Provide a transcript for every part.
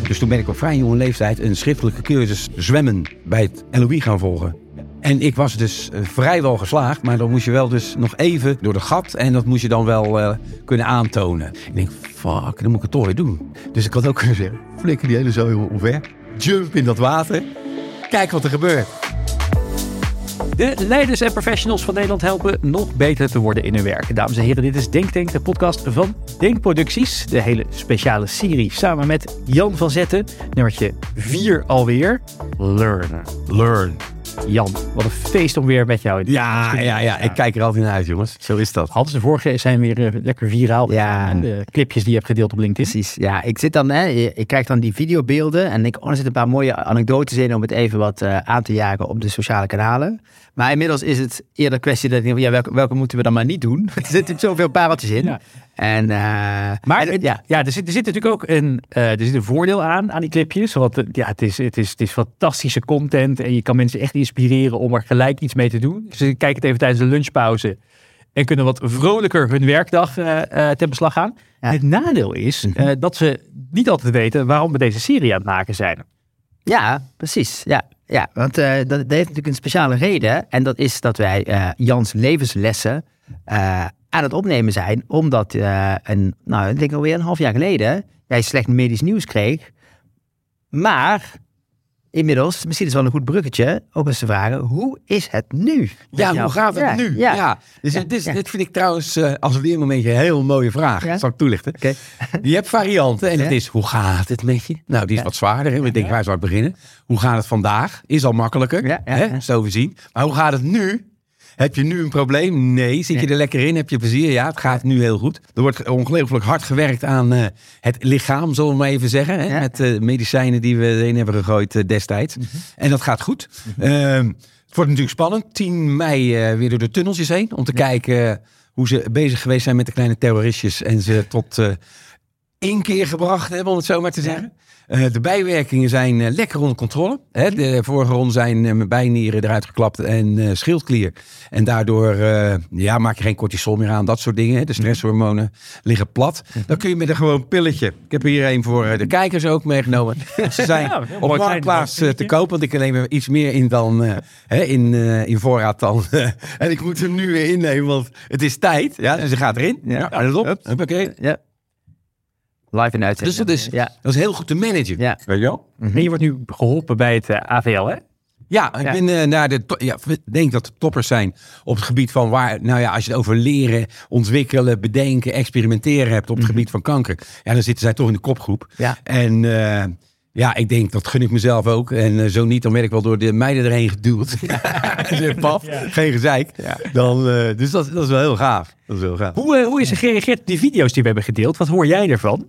Dus toen ben ik op vrij jonge leeftijd een schriftelijke cursus zwemmen bij het LOE gaan volgen. En ik was dus vrijwel geslaagd, maar dan moest je wel dus nog even door de gat. En dat moest je dan wel kunnen aantonen. Ik denk, fuck, dan moet ik het toch weer doen. Dus ik had ook kunnen zeggen, flikker die hele zooi omver. Jump in dat water. Kijk wat er gebeurt. De leiders en professionals van Nederland helpen nog beter te worden in hun werk. Dames en heren, dit is Denktank, de podcast van Denkproducties. De hele speciale serie samen met Jan van Zetten. Nummertje 4 alweer. Learn. Jan, wat een feest om weer met jou. Ja, ik kijk er altijd naar uit, jongens. Zo is dat. Hadden ze vorige zijn weer lekker viraal. Ja. De clipjes die je hebt gedeeld op LinkedIn. Precies, ja. Ik zit dan, ik krijg dan die videobeelden en er zitten een paar mooie anekdotes in om het even wat aan te jagen op de sociale kanalen. Maar inmiddels is het eerder kwestie dat ik denk, ja, welke moeten we dan maar niet doen? Er zitten zoveel pareltjes in. Ja. Er zit natuurlijk ook een voordeel aan die clipjes. Want het is fantastische content en je kan mensen echt inspireren om er gelijk iets mee te doen. Dus ze kijken het even tijdens de lunchpauze en kunnen wat vrolijker hun werkdag ten beslag gaan. Ja. Het nadeel is dat ze niet altijd weten waarom we deze serie aan het maken zijn. Ja, precies. Ja, want dat heeft natuurlijk een speciale reden. En dat is dat wij Jans levenslessen aan het opnemen zijn. Omdat ik denk alweer een half jaar geleden jij slecht medisch nieuws kreeg. Maar inmiddels, misschien is het wel een goed bruggetje, ook eens te vragen, hoe is het nu? Ja, hoe gaat het nu? Ja. Dit vind ik trouwens als leermomentje een heel mooie vraag. Dat zal ik toelichten. Okay. Je hebt varianten en dat is, hoe gaat het met je? Nou, die is wat zwaarder. Hè? We denken, waar zou ik beginnen? Hoe gaat het vandaag? Is al makkelijker, zo we zien. Maar hoe gaat het nu? Heb je nu een probleem? Nee. Zit je er lekker in? Heb je plezier? Ja, het gaat nu heel goed. Er wordt ongelooflijk hard gewerkt aan het lichaam, zullen we maar even zeggen. Hè? Ja. Met medicijnen die we erin hebben gegooid destijds. Mm-hmm. En dat gaat goed. Het wordt natuurlijk spannend. 10 mei weer door de tunneltjes heen. Om te kijken hoe ze bezig geweest zijn met de kleine terroristjes. En ze tot inkeer gebracht hebben, om het zo maar te zeggen. De bijwerkingen zijn lekker onder controle. De vorige ronde zijn mijn bijnieren eruit geklapt en schildklier. En daardoor maak je geen cortisol meer aan, dat soort dingen. De stresshormonen liggen plat. Dan kun je met een gewoon pilletje. Ik heb hier een voor de kijkers ook meegenomen. Ze zijn op Marktplaats te koop, want ik neem er iets meer in dan in voorraad dan. En ik moet hem nu weer innemen, want het is tijd. Ja, en ze gaat erin. Ja, dat op. Oké. Ja. Live in uitzending. Dus dat is heel goed te managen. Ja. Weet je wel? Mm-hmm. En je wordt nu geholpen bij het AVL, hè? Ja, ik denk dat de toppers zijn op het gebied van waar, als je het over leren, ontwikkelen, bedenken, experimenteren hebt op het gebied van kanker. Ja, dan zitten zij toch in de kopgroep. Ja. En ik denk, dat gun ik mezelf ook. En zo niet, dan werd ik wel door de meiden erheen geduwd. Paf, geen gezeik. Ja. Dus dat is wel heel gaaf. Hoe is er gereageerd op die video's die we hebben gedeeld? Wat hoor jij ervan?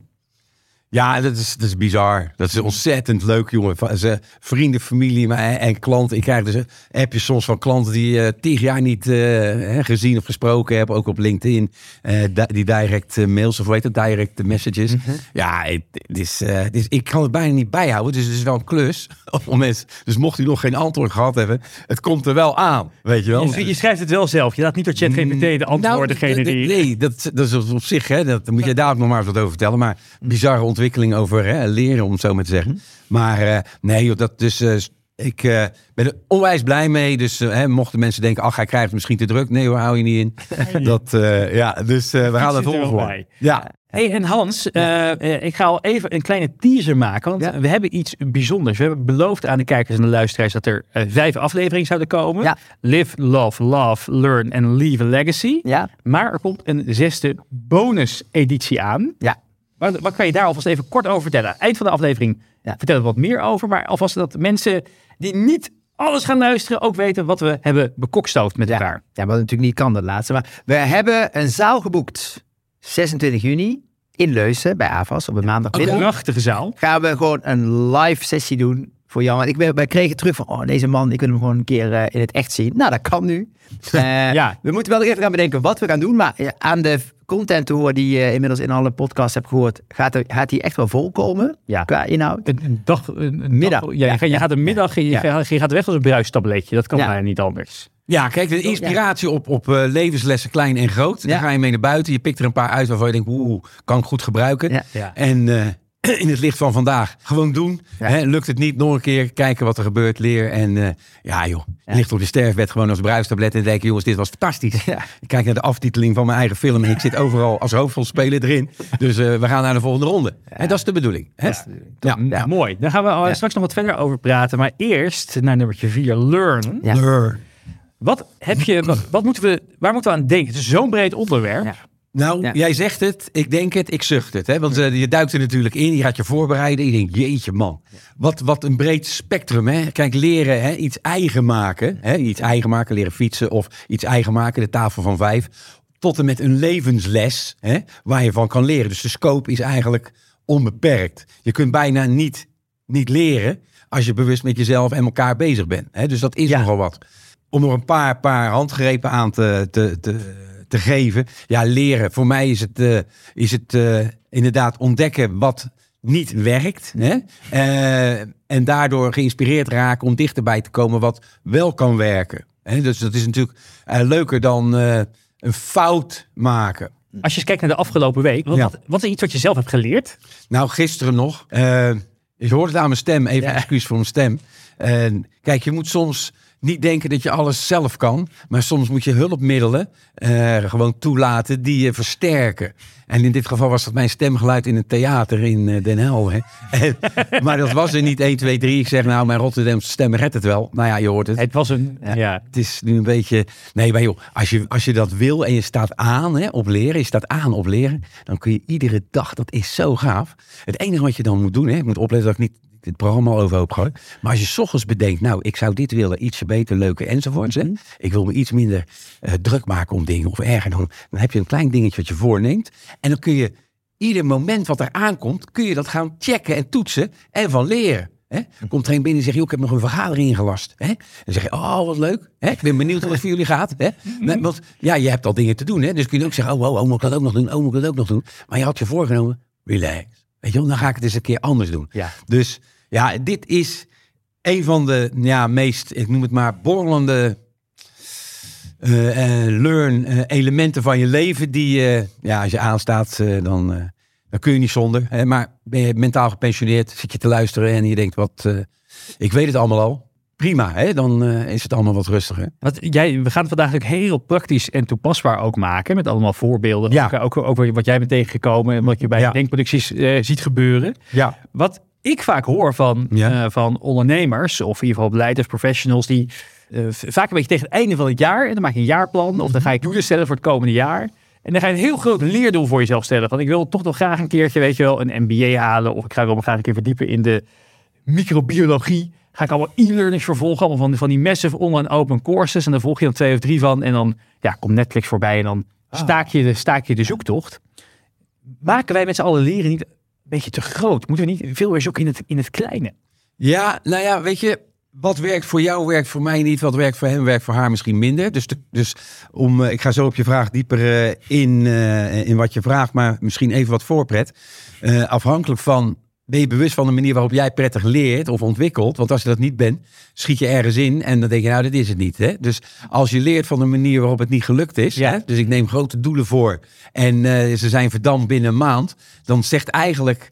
Ja, dat is bizar. Dat is ontzettend leuk, jongen. Vrienden, familie en klanten. Ik krijg dus appjes soms van klanten die 10 jaar niet gezien of gesproken hebben. Ook op LinkedIn. Die direct mails of direct messages. Mm-hmm. Ja, ik kan het bijna niet bijhouden. Dus het is wel een klus. Dus mocht u nog geen antwoord gehad hebben, het komt er wel aan. Weet je wel? Je schrijft het wel zelf. Je laat niet door ChatGPT de antwoorden genereren. Nee, dat is op zich. Dat moet je daar ook nog maar wat over vertellen. Maar bizarre ontwikkeling over leren, om het zo maar te zeggen. Maar ik ben er onwijs blij mee. Dus mochten mensen denken, hij krijgt het misschien te druk. Nee hoor, hou je niet in. We gaan het volgen. Ja. Hey, en Hans, ik ga al even een kleine teaser maken. Want we hebben iets bijzonders. We hebben beloofd aan de kijkers en de luisteraars dat er 5 afleveringen zouden komen. Ja. Live, love, learn en leave a legacy. Ja. Maar er komt een 6e bonus-editie aan. Ja. Wat kan je daar alvast even kort over vertellen? Eind van de aflevering vertellen we wat meer over. Maar alvast dat mensen die niet alles gaan luisteren ook weten wat we hebben bekokstoofd met elkaar. Ja, wat natuurlijk niet kan, dat laatste. Maar we hebben een zaal geboekt. 26 juni in Leusden bij AVAS op een maandagmiddag. Een prachtige zaal. Gaan we gewoon een live sessie doen voor Jan. Want wij kregen terug van, deze man, ik wil hem gewoon een keer in het echt zien. Nou, dat kan nu. We moeten wel even gaan bedenken wat we gaan doen. Maar aan de content te horen die je inmiddels in alle podcasts hebt gehoord, gaat die echt wel volkomen qua inhoud. Een middag. Je gaat een middag, je gaat weg als een bruistabletje. Dat kan bijna niet anders. Ja, kijk, de inspiratie op levenslessen klein en groot. Daar ga je mee naar buiten. Je pikt er een paar uit waarvan je denkt, kan ik goed gebruiken. Ja. En in het licht van vandaag. Gewoon doen. Ja. Hè? Lukt het niet, nog een keer kijken wat er gebeurt, leer. En je ligt op de sterfbed gewoon als bruistablet en denk je, jongens, dit was fantastisch. Ja. Ik kijk naar de aftiteling van mijn eigen film en ik zit overal als hoofdrolspeler erin. Dus we gaan naar de volgende ronde. Ja. En dat is de bedoeling. Hè? Ja. Mooi. Daar gaan we straks nog wat verder over praten. Maar eerst naar nummertje 4, Learn. Ja. Learn. Waar moeten we aan denken? Het is zo'n breed onderwerp. Ja. Nou, jij zegt het, ik denk het, ik zucht het. Hè? Want je duikt er natuurlijk in, je gaat je voorbereiden. Je denkt, jeetje man, wat een breed spectrum. Hè? Kijk, leren, hè? Iets eigen maken. Hè? Iets eigen maken, leren fietsen of iets eigen maken, de tafel van 5. Tot en met een levensles, hè? Waar je van kan leren. Dus de scope is eigenlijk onbeperkt. Je kunt bijna niet leren als je bewust met jezelf en elkaar bezig bent. Hè? Dus dat is nogal wat. Om er een paar handgrepen aan te geven. Ja, leren. Voor mij is het inderdaad ontdekken wat niet werkt. Hè? En daardoor geïnspireerd raken om dichterbij te komen wat wel kan werken. Hè? Dus dat is natuurlijk leuker dan een fout maken. Als je eens kijkt naar de afgelopen week. Wat is iets wat je zelf hebt geleerd? Nou, gisteren nog. Je hoort het aan mijn stem. Even excuus voor mijn stem. Kijk, je moet soms niet denken dat je alles zelf kan. Maar soms moet je hulpmiddelen gewoon toelaten die je versterken. En in dit geval was dat mijn stemgeluid in een theater in Den Helder. Maar dat was er niet 1, 2, 3. Ik zeg nou, mijn Rotterdamse stem redt het wel. Nou ja, je hoort het. Het was Het is nu een beetje... Nee, maar joh, als je dat wil en je staat aan op leren. Je staat aan op leren. Dan kun je iedere dag, dat is zo gaaf. Het enige wat je dan moet doen, ik moet opletten dat ik niet dit programma overhoop gooi. Maar als je 's ochtends bedenkt, nou, ik zou dit willen, ietsje beter, leuker enzovoorts. Hè? Ik wil me iets minder druk maken om dingen of erger. Dan heb je een klein dingetje wat je voorneemt. En dan kun je ieder moment wat er aankomt, kun je dat gaan checken en toetsen en van leren. Hè? Komt er een binnen en zegt, joh, ik heb nog een vergadering ingelast. Hè? Dan zeg je, oh, wat leuk. Hè? Ik ben benieuwd hoe het voor jullie gaat. Hè? Want ja, je hebt al dingen te doen. Hè? Dus kun je ook zeggen, oh, moet ik dat ook nog doen? Oh, moet ik dat ook nog doen? Maar je had je voorgenomen, relax. Weet je wel, dan ga ik het eens een keer anders doen. Ja. Dus ja, dit is een van de meest, ik noem het maar, borrelende elementen van je leven. Die, als je aanstaat, dan kun je niet zonder. Maar ben je mentaal gepensioneerd, zit je te luisteren en je denkt, ik weet het allemaal al. Prima, hè? Dan is het allemaal wat rustiger. We gaan het vandaag ook heel praktisch en toepasbaar ook maken. Met allemaal voorbeelden. Ja. Ook wat jij bent tegengekomen en wat je bij denkproducties ziet gebeuren. Ja. Wat ik vaak hoor van ondernemers, of in ieder geval leiders, professionals, die vaak een beetje tegen het einde van het jaar, en dan maak je een jaarplan, of dan ga je doelen stellen voor het komende jaar. En dan ga je een heel groot leerdoel voor jezelf stellen. Van ik wil toch nog graag een keertje, weet je wel, een MBA halen, of ik ga wel graag een keer verdiepen in de microbiologie. Ga ik allemaal e-learnings vervolgen, allemaal van die massive online open courses. En dan volg je dan 2 of 3 van. En dan komt Netflix voorbij en dan staak je de zoektocht. Maken wij met z'n allen leren niet een beetje te groot? Moeten we niet veel meer zoeken in het kleine? Ja, nou ja, weet je, wat werkt voor jou werkt voor mij niet. Wat werkt voor hem werkt voor haar misschien minder. Dus ik ga zo op je vraag dieper in wat je vraagt. Maar misschien even wat voorpret. Afhankelijk van... Ben je bewust van de manier waarop jij prettig leert of ontwikkelt? Want als je dat niet bent, schiet je ergens in en dan denk je, nou, dit is het niet. Hè? Dus als je leert van de manier waarop het niet gelukt is, hè? Dus ik neem grote doelen voor en ze zijn verdampt binnen een maand, dan zegt eigenlijk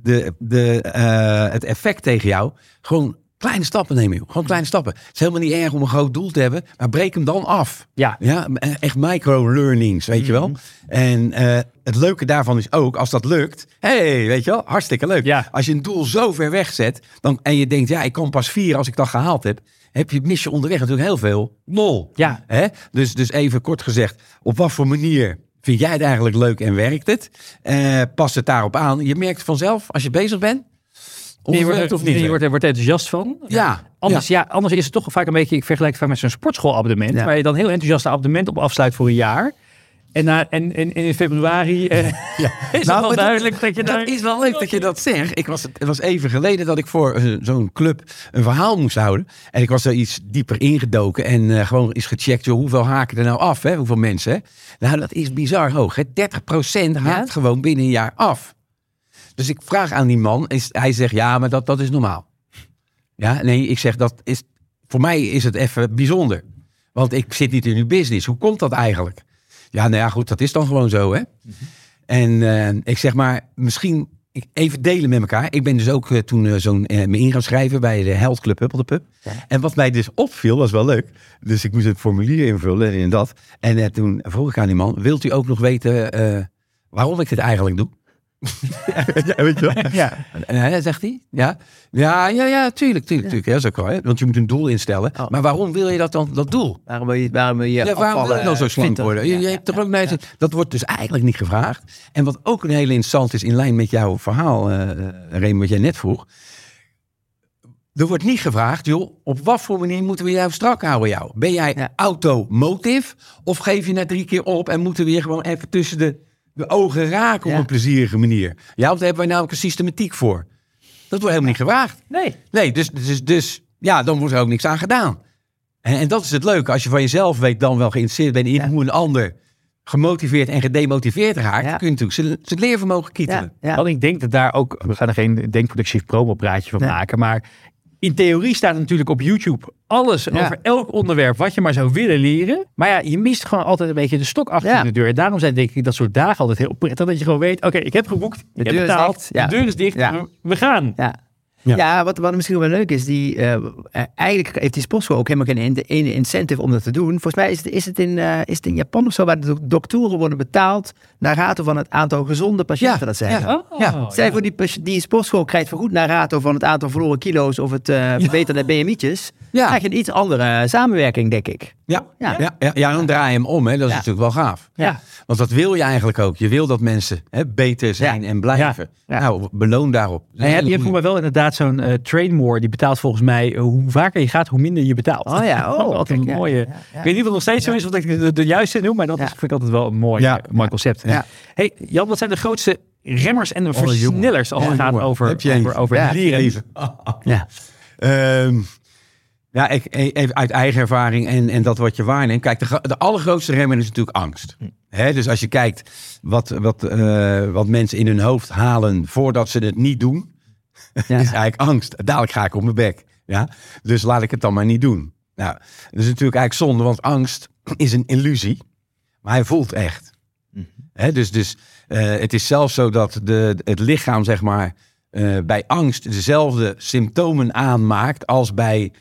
het effect tegen jou gewoon kleine stappen nemen, joh. Gewoon kleine stappen. Het is helemaal niet erg om een groot doel te hebben, maar breek hem dan af. Ja, echt micro-learnings, weet je wel. En het leuke daarvan is ook, als dat lukt, weet je wel, hartstikke leuk. Ja. Als je een doel zo ver weg zet, en je denkt, ik kan pas 4 als ik dat gehaald heb, mis je onderweg natuurlijk heel veel lol. Ja. Hè? Dus even kort gezegd, op wat voor manier vind jij het eigenlijk leuk en werkt het? Pas het daarop aan. Je merkt vanzelf, als je bezig bent, je wordt enthousiast van. Ja. Anders is het toch vaak een beetje, ik vergelijk het vaak met zo'n sportschoolabonnement, waar je dan heel enthousiast een abonnement op afsluit voor een jaar. En in februari is het wel duidelijk dat je daar... Het is wel leuk dat je dat zegt. Het was even geleden dat ik voor zo'n club een verhaal moest houden. En ik was er iets dieper ingedoken en gewoon eens gecheckt, hoeveel haken er nou af? Hè? Hoeveel mensen? Hè? Nou, dat is bizar hoog. Hè? 30% haakt gewoon binnen een jaar af. Dus ik vraag aan die man, hij zegt, ja, maar dat is normaal. Ja, nee, ik zeg, voor mij is het even bijzonder. Want ik zit niet in uw business. Hoe komt dat eigenlijk? Ja, nou ja, goed, dat is dan gewoon zo, hè. En ik zeg maar, misschien even delen met elkaar. Ik ben dus ook toen me in gaan schrijven bij de Health Club Huppel de Pup. Ja. En wat mij dus opviel, was wel leuk. Dus ik moest het formulier invullen en dat. En toen vroeg ik aan die man, wilt u ook nog weten waarom ik dit eigenlijk doe? Weet je wel? Ja. En zegt hij, ja, tuurlijk. Ja, dat is ook wel, hè? Want je moet een doel instellen. Oh. Maar waarom wil je dat doel? Waarom wil je waarom wil je dan zo slank worden? Je hebt toch ook dat wordt dus eigenlijk niet gevraagd. En wat ook een hele interessant is in lijn met jouw verhaal, Remy, wat jij net vroeg. Er wordt niet gevraagd, joh, op wat voor manier moeten we jou strak houden jou? Ben jij automotive of geef je na 3 keer op en moeten we je gewoon even tussen de ogen raken op een plezierige manier? Ja, want daar hebben wij namelijk een systematiek voor. Dat wordt helemaal niet gevraagd. Nee, dus dan wordt er ook niks aan gedaan. En dat is het leuke. Als je van jezelf weet dan wel geïnteresseerd bent in hoe een ander gemotiveerd en gedemotiveerd raakt, dan kun je natuurlijk zijn leervermogen kietelen. Ja. Want ik denk dat daar ook, we gaan er geen denkproductief promopraatje van maken, maar in theorie staat natuurlijk op YouTube alles over elk onderwerp wat je maar zou willen leren. Maar ja, je mist gewoon altijd een beetje de stok achter de deur. En daarom zijn denk ik dat soort dagen altijd heel prettig. Dat je gewoon weet, oké, ik heb geboekt, ik heb betaald, de deur is dicht, we gaan. Ja, wat misschien wel leuk is, eigenlijk heeft die sportschool ook helemaal geen incentive om dat te doen. Volgens mij is het in Japan of zo, waar de doktoren worden betaald naar rato van het aantal gezonde patiënten dat zijn. Stel voor die sportschool krijgt vergoed naar rato van het aantal verloren kilo's of het verbeterde BMI'tjes. Krijg je een iets andere samenwerking, denk ik. Ja, dan draai je hem om. Hè. Dat is natuurlijk wel gaaf. Ja. Want dat wil je eigenlijk ook. Je wil dat mensen beter zijn en blijven. Ja. Nou, beloon daarop. Je hebt voor mij wel inderdaad zo'n Trainmore. Die betaalt volgens mij, hoe vaker je gaat, hoe minder je betaalt. Altijd een mooie. Ik weet niet of het nog steeds zo is of ik de juiste noem. Maar dat vind ik altijd wel een mooi concept. Ja. Hey, Jan, wat zijn de grootste remmers en de versnellers als het gaat over leren? Ja, even uit eigen ervaring en dat wat je waarneemt. Kijk, de allergrootste remmer is natuurlijk angst. Dus als je kijkt wat mensen in hun hoofd halen voordat ze het niet doen, is eigenlijk angst. Dadelijk ga ik op mijn bek. Ja? Dus laat ik het dan maar niet doen. Nou, dat is natuurlijk eigenlijk zonde, want angst is een illusie. Maar hij voelt echt. Dus het is zelfs zo dat het lichaam, zeg maar, bij angst dezelfde symptomen aanmaakt als bij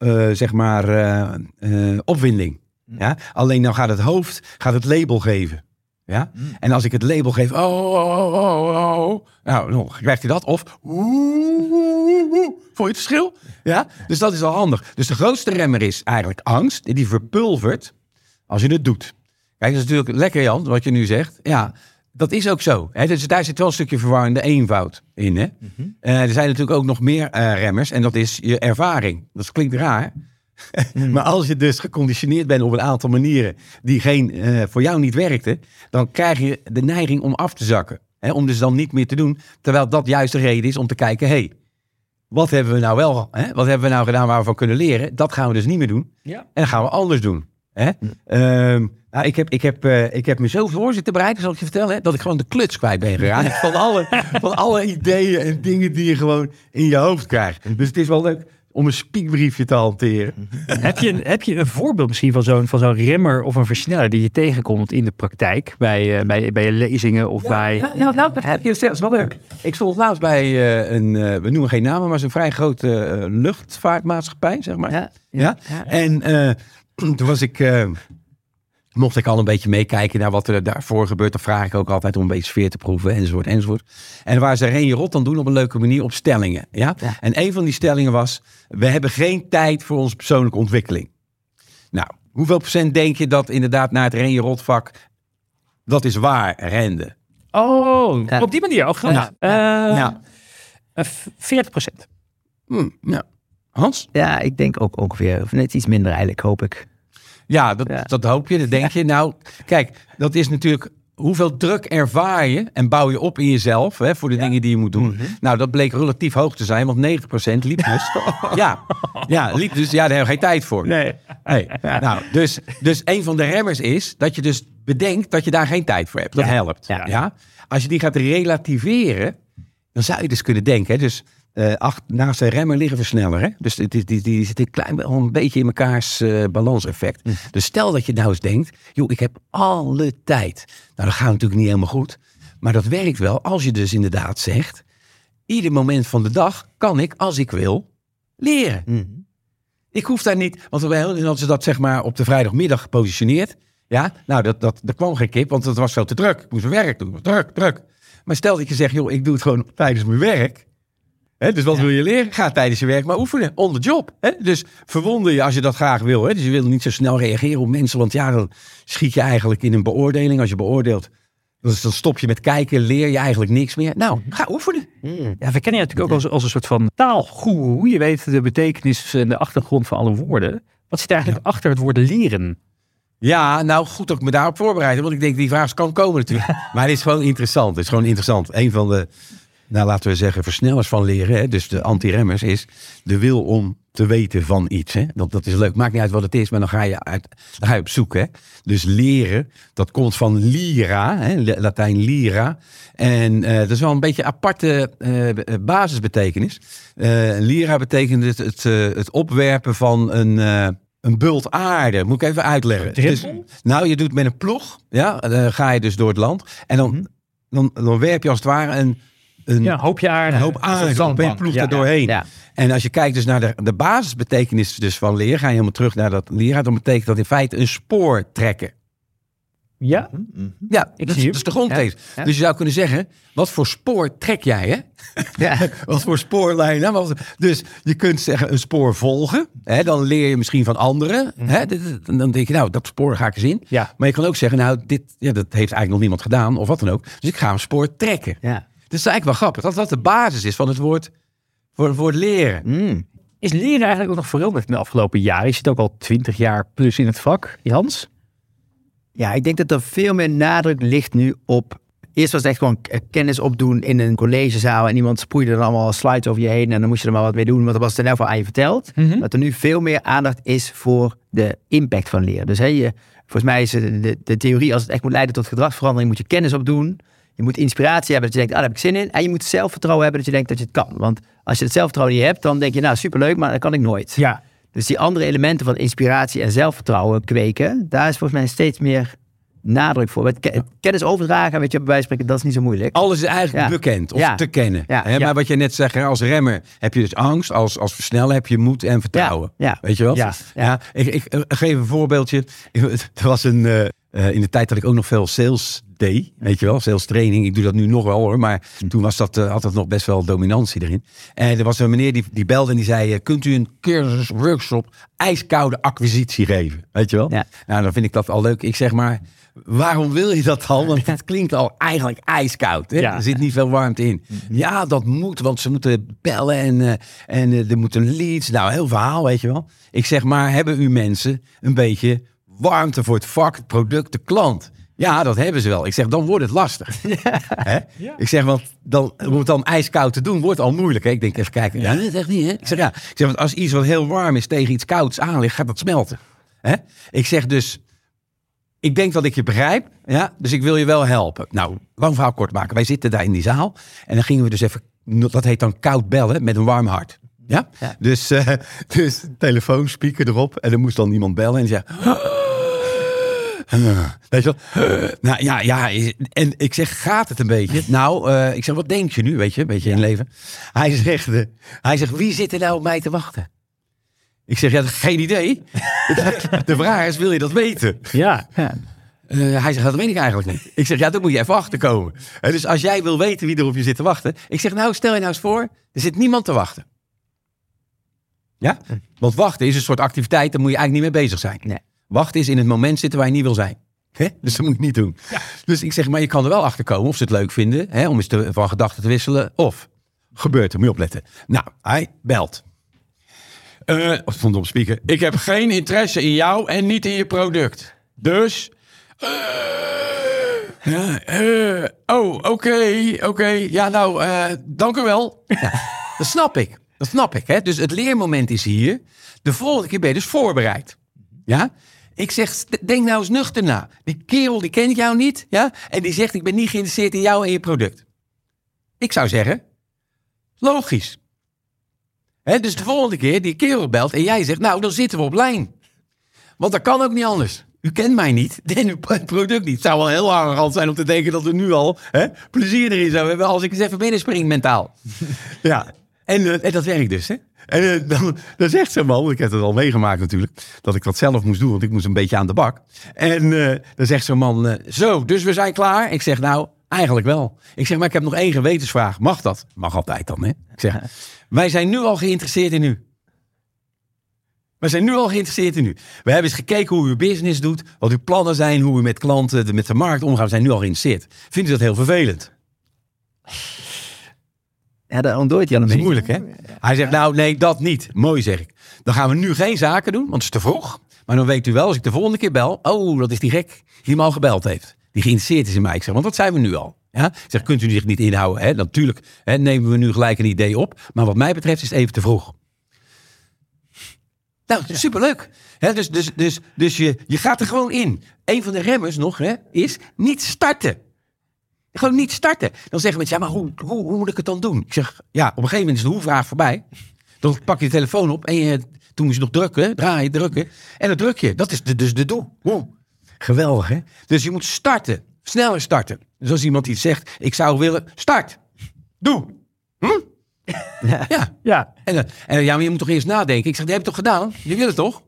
opwinding. Ja? Alleen dan gaat het hoofd het label geven. Ja? En als ik het label geef, nou, dan krijgt hij dat. Of, voel je het verschil? Ja? Dus dat is al handig. Dus de grootste remmer is eigenlijk angst. Die verpulvert als je het doet. Kijk, dat is natuurlijk lekker, Jan, wat je nu zegt. Ja, dat is ook zo. Hè? Dus daar zit wel een stukje verwarrende eenvoud in. Hè? Er zijn natuurlijk ook nog meer remmers. En dat is je ervaring. Dat klinkt raar. Maar als je dus geconditioneerd bent op een aantal manieren die voor jou niet werkten, dan krijg je de neiging om af te zakken. Hè? Om dus dan niet meer te doen. Terwijl dat juist de reden is om te kijken, wat hebben we nou wel? Hè? Wat hebben we nou gedaan waar we van kunnen leren? Dat gaan we dus niet meer doen. Ja. En dan gaan we anders doen. Hè? Nou, ik heb me zo voor zitten bereiden, zal ik je vertellen, hè, dat ik gewoon de kluts kwijt ben geraakt. Van alle ideeën en dingen die je gewoon in je hoofd krijgt. Dus het is wel leuk om een spiekbriefje te hanteren. Heb je een voorbeeld misschien van zo'n remmer of een versneller die je tegenkomt in de praktijk? Bij je lezingen of bij... Nou, dat heb je zelfs wel leuk. Ik stond laatst bij we noemen geen namen, maar zo'n vrij grote luchtvaartmaatschappij, zeg maar. Ja. En toen was mocht ik al een beetje meekijken naar wat er daarvoor gebeurt. Dan vraag ik ook altijd om een beetje sfeer te proeven, enzovoort. En waar ze Renje Rot dan doen op een leuke manier op stellingen. Ja? En een van die stellingen was, we hebben geen tijd voor onze persoonlijke ontwikkeling. Nou, hoeveel procent denk je dat inderdaad naar het Renje Rot vak, dat is waar, rende? Op die manier ook. 40%. Hans? Ja, ik denk ook ongeveer, of net iets minder eigenlijk, hoop ik. Ja, dat hoop je, dat denk je. Nou, kijk, dat is natuurlijk, hoeveel druk ervaar je en bouw je op in jezelf voor de dingen die je moet doen. Nou, dat bleek relatief hoog te zijn, want 90% liep dus. Liep dus, daar hebben we geen tijd voor. Nee. Nou, dus een van de remmers is dat je dus bedenkt dat je daar geen tijd voor hebt. Dat helpt. Ja. Als je die gaat relativeren, dan zou je dus kunnen denken, dus naast de remmer liggen versneller. Hè? Dus die zit een beetje in mekaars balanseffect. Dus stel dat je nou eens denkt, joh, ik heb alle tijd. Nou, dat gaat natuurlijk niet helemaal goed. Maar dat werkt wel als je dus inderdaad zegt, ieder moment van de dag kan ik, als ik wil, leren. Mm. Ik hoef daar niet, want als je dat zeg maar op de vrijdagmiddag gepositioneerd, ja, nou, dat kwam geen kip, want het was veel te druk. Ik moest mijn werk doen, druk. Maar stel dat je zegt, joh, ik doe het gewoon tijdens mijn werk. Dus wat wil je leren? Ga tijdens je werk maar oefenen, on the job. Dus verwonder je als je dat graag wil. Dus je wil niet zo snel reageren op mensen, want ja, dan schiet je eigenlijk in een beoordeling. Als je beoordeelt, dus dan stop je met kijken, leer je eigenlijk niks meer. Nou, ga oefenen. Ja, we kennen je natuurlijk ook als een soort van taalgoeroe. Je weet de betekenis en de achtergrond van alle woorden. Wat zit eigenlijk achter het woord leren? Ja, nou goed dat ik me daarop voorbereid. Want ik denk, die vraag kan komen natuurlijk. Maar het is gewoon interessant. Een van de, nou laten we zeggen, versnellers van leren. Hè? Dus de anti-remmers is de wil om te weten van iets. Hè? Dat is leuk. Maakt niet uit wat het is, maar dan ga je op zoek. Hè? Dus leren, dat komt van lira, hè? Latijn lira. En dat is wel een beetje aparte basisbetekenis. Lira betekent het opwerpen van een bult aarde. Moet ik even uitleggen. Dus, nou, je doet met een ploeg. Ja, dan ga je dus door het land. En dan werp je als het ware een hoopje aarde. Een hoop aarde. Met een ploeg er doorheen. Ja. En als je kijkt dus naar de basisbetekenis dus van leren, ga je helemaal terug naar dat leren. Dan betekent dat in feite een spoor trekken. Ja? Ja, dat is de grondtekst. Ja. Dus je zou kunnen zeggen, wat voor spoor trek jij, hè? Ja. Wat voor spoorlijn. Nou, dus je kunt zeggen een spoor volgen. Hè? Dan leer je misschien van anderen. Hè? Dan denk je, nou, dat spoor ga ik eens in. Ja. Maar je kan ook zeggen, nou, dat heeft eigenlijk nog niemand gedaan. Of wat dan ook. Dus ik ga een spoor trekken. Ja. Dus dat is eigenlijk wel grappig. Dat wat de basis is van het woord, voor het woord leren. Is leren eigenlijk ook nog veranderd in de afgelopen jaren? Je zit ook al 20 jaar plus in het vak, Hans. Ja, ik denk dat er veel meer nadruk ligt nu op. Eerst was het echt gewoon kennis opdoen in een collegezaal en iemand sproeide er allemaal slides over je heen en dan moest je er maar wat mee doen, want dat was er in ieder geval aan je verteld. Dat er nu veel meer aandacht is voor de impact van leren. Dus volgens mij is de theorie, als het echt moet leiden tot gedragsverandering, moet je kennis opdoen. Je moet inspiratie hebben dat je denkt, daar heb ik zin in. En je moet zelfvertrouwen hebben dat je denkt dat je het kan. Want als je het zelfvertrouwen niet hebt, dan denk je, nou superleuk, maar dat kan ik nooit. Ja. Dus die andere elementen van inspiratie en zelfvertrouwen kweken, daar is volgens mij steeds meer nadruk voor. Kennis overdragen, weet je, bij wijze van spreken, dat is niet zo moeilijk. Alles is eigenlijk bekend of te kennen. Ja. Maar wat je net zegt, als remmer heb je dus angst, als versneller heb je moed en vertrouwen. Ja. Weet je wel? Ja. Ik geef een voorbeeldje. Er was in de tijd dat ik ook nog veel sales deed, weet je wel, sales training. Ik doe dat nu nog wel hoor, maar toen was dat altijd nog best wel dominantie erin. En er was een meneer die belde en die zei, kunt u een cursus, workshop, ijskoude acquisitie geven? Weet je wel? Ja. Nou, dan vind ik dat al leuk. Ik zeg maar, waarom wil je dat al? Want het klinkt al eigenlijk ijskoud. Hè? Ja. Er zit niet veel warmte in. Ja, dat moet, want ze moeten bellen en er moeten leads. Nou, heel verhaal, weet je wel. Ik zeg maar, hebben u mensen een beetje warmte voor het vak, het product, de klant? Ja, dat hebben ze wel. Ik zeg, dan wordt het lastig. Ja. Ik zeg, want om het dan ijskoud te doen, wordt al moeilijk. Hè? Ik denk, even kijken. Ja, dat is echt niet, hè? Ik zeg, want als iets wat heel warm is tegen iets kouds aan ligt, gaat dat smelten. Hè? Ik zeg dus, ik denk dat ik je begrijp. Ja? Dus ik wil je wel helpen. Nou, lang verhaal kort maken. Wij zitten daar in die zaal. En dan gingen we dus even, dat heet dan koud bellen met een warm hart. Ja? Dus telefoon, speaker erop. En er moest dan iemand bellen en die zei, weet je wel? Nou ja, en ik zeg, gaat het een beetje? Nou, ik zeg, wat denk je nu, weet je, een beetje in leven? Hij zegt, wie zit er nou op mij te wachten? Ik zeg, geen idee. De vraag is, wil je dat weten? Ja. Hij zegt, dat weet ik eigenlijk niet. Ik zeg, dan moet je even achterkomen. Dus als jij wil weten wie er op je zit te wachten. Ik zeg, nou, stel je nou eens voor, er zit niemand te wachten. Ja? Want wachten is een soort activiteit, daar moet je eigenlijk niet mee bezig zijn. Nee. Wachten is in het moment zitten waar je niet wil zijn. Dus dat moet je niet doen. Ja. Dus ik zeg, maar je kan er wel achter komen of ze het leuk vinden. Om eens van gedachten te wisselen. Of gebeurt er, moet je opletten. Nou, hij belt. Stond op speaker. Ik heb geen interesse in jou en niet in je product. Dus. Oké. Ja, nou, dank u wel. Ja, dat snap ik. Hè? Dus het leermoment is hier. De volgende keer ben je dus voorbereid. Ja? Ik zeg, denk nou eens nuchter na. Die kerel, die kent jou niet. Ja? En die zegt, ik ben niet geïnteresseerd in jou en je product. Ik zou zeggen, logisch. Dus de volgende keer die kerel belt en jij zegt, nou, dan zitten we op lijn. Want dat kan ook niet anders. U kent mij niet en uw product niet. Het zou wel heel arrogant zijn om te denken dat we nu al plezier erin zouden hebben als ik eens even binnenspring mentaal. Ja, en dat werkt dus, hè. En dan zegt zo'n man, ik heb het al meegemaakt natuurlijk, dat ik dat zelf moest doen, want ik moest een beetje aan de bak. En dan zegt zo'n man, zo, dus we zijn klaar? Ik zeg, nou, eigenlijk wel. Ik zeg, maar ik heb nog 1 gewetensvraag. Mag dat? Mag altijd dan, hè. Ik zeg, wij zijn nu al geïnteresseerd in u. We zijn nu al geïnteresseerd in u. We hebben eens gekeken hoe u business doet, wat uw plannen zijn, hoe u met klanten, met de markt omgaat. We zijn nu al geïnteresseerd. Vindt u dat heel vervelend? Ja, daar ontdooit hij al een beetje. Dat is moeilijk, hè? Hij zegt, nou, nee, dat niet. Mooi, zeg ik. Dan gaan we nu geen zaken doen, want het is te vroeg. Maar dan weet u wel, als ik de volgende keer bel, dat is die gek die me al gebeld heeft. Die geïnteresseerd is in mij. Ik zeg, want dat zijn we nu al. Ja? Ik zeg, kunt u zich niet inhouden? Hè? Natuurlijk nemen we nu gelijk een idee op. Maar wat mij betreft is het even te vroeg. Nou, superleuk. Hè, dus je gaat er gewoon in. Een van de remmers nog is niet starten. Gewoon niet starten. Dan zeggen mensen, ja, maar hoe moet ik het dan doen? Ik zeg, ja, op een gegeven moment is de hoe-vraag voorbij. Dan pak je de telefoon op en toen moest je nog drukken, drukken. En dan druk je. Dat is dus de doel. Wow. Geweldig, hè? Dus je moet starten. Sneller starten. Dus als iemand iets zegt, ik zou willen, start. Doe. Ja. En maar je moet toch eerst nadenken. Ik zeg, dat heb je toch gedaan? Je wil het toch?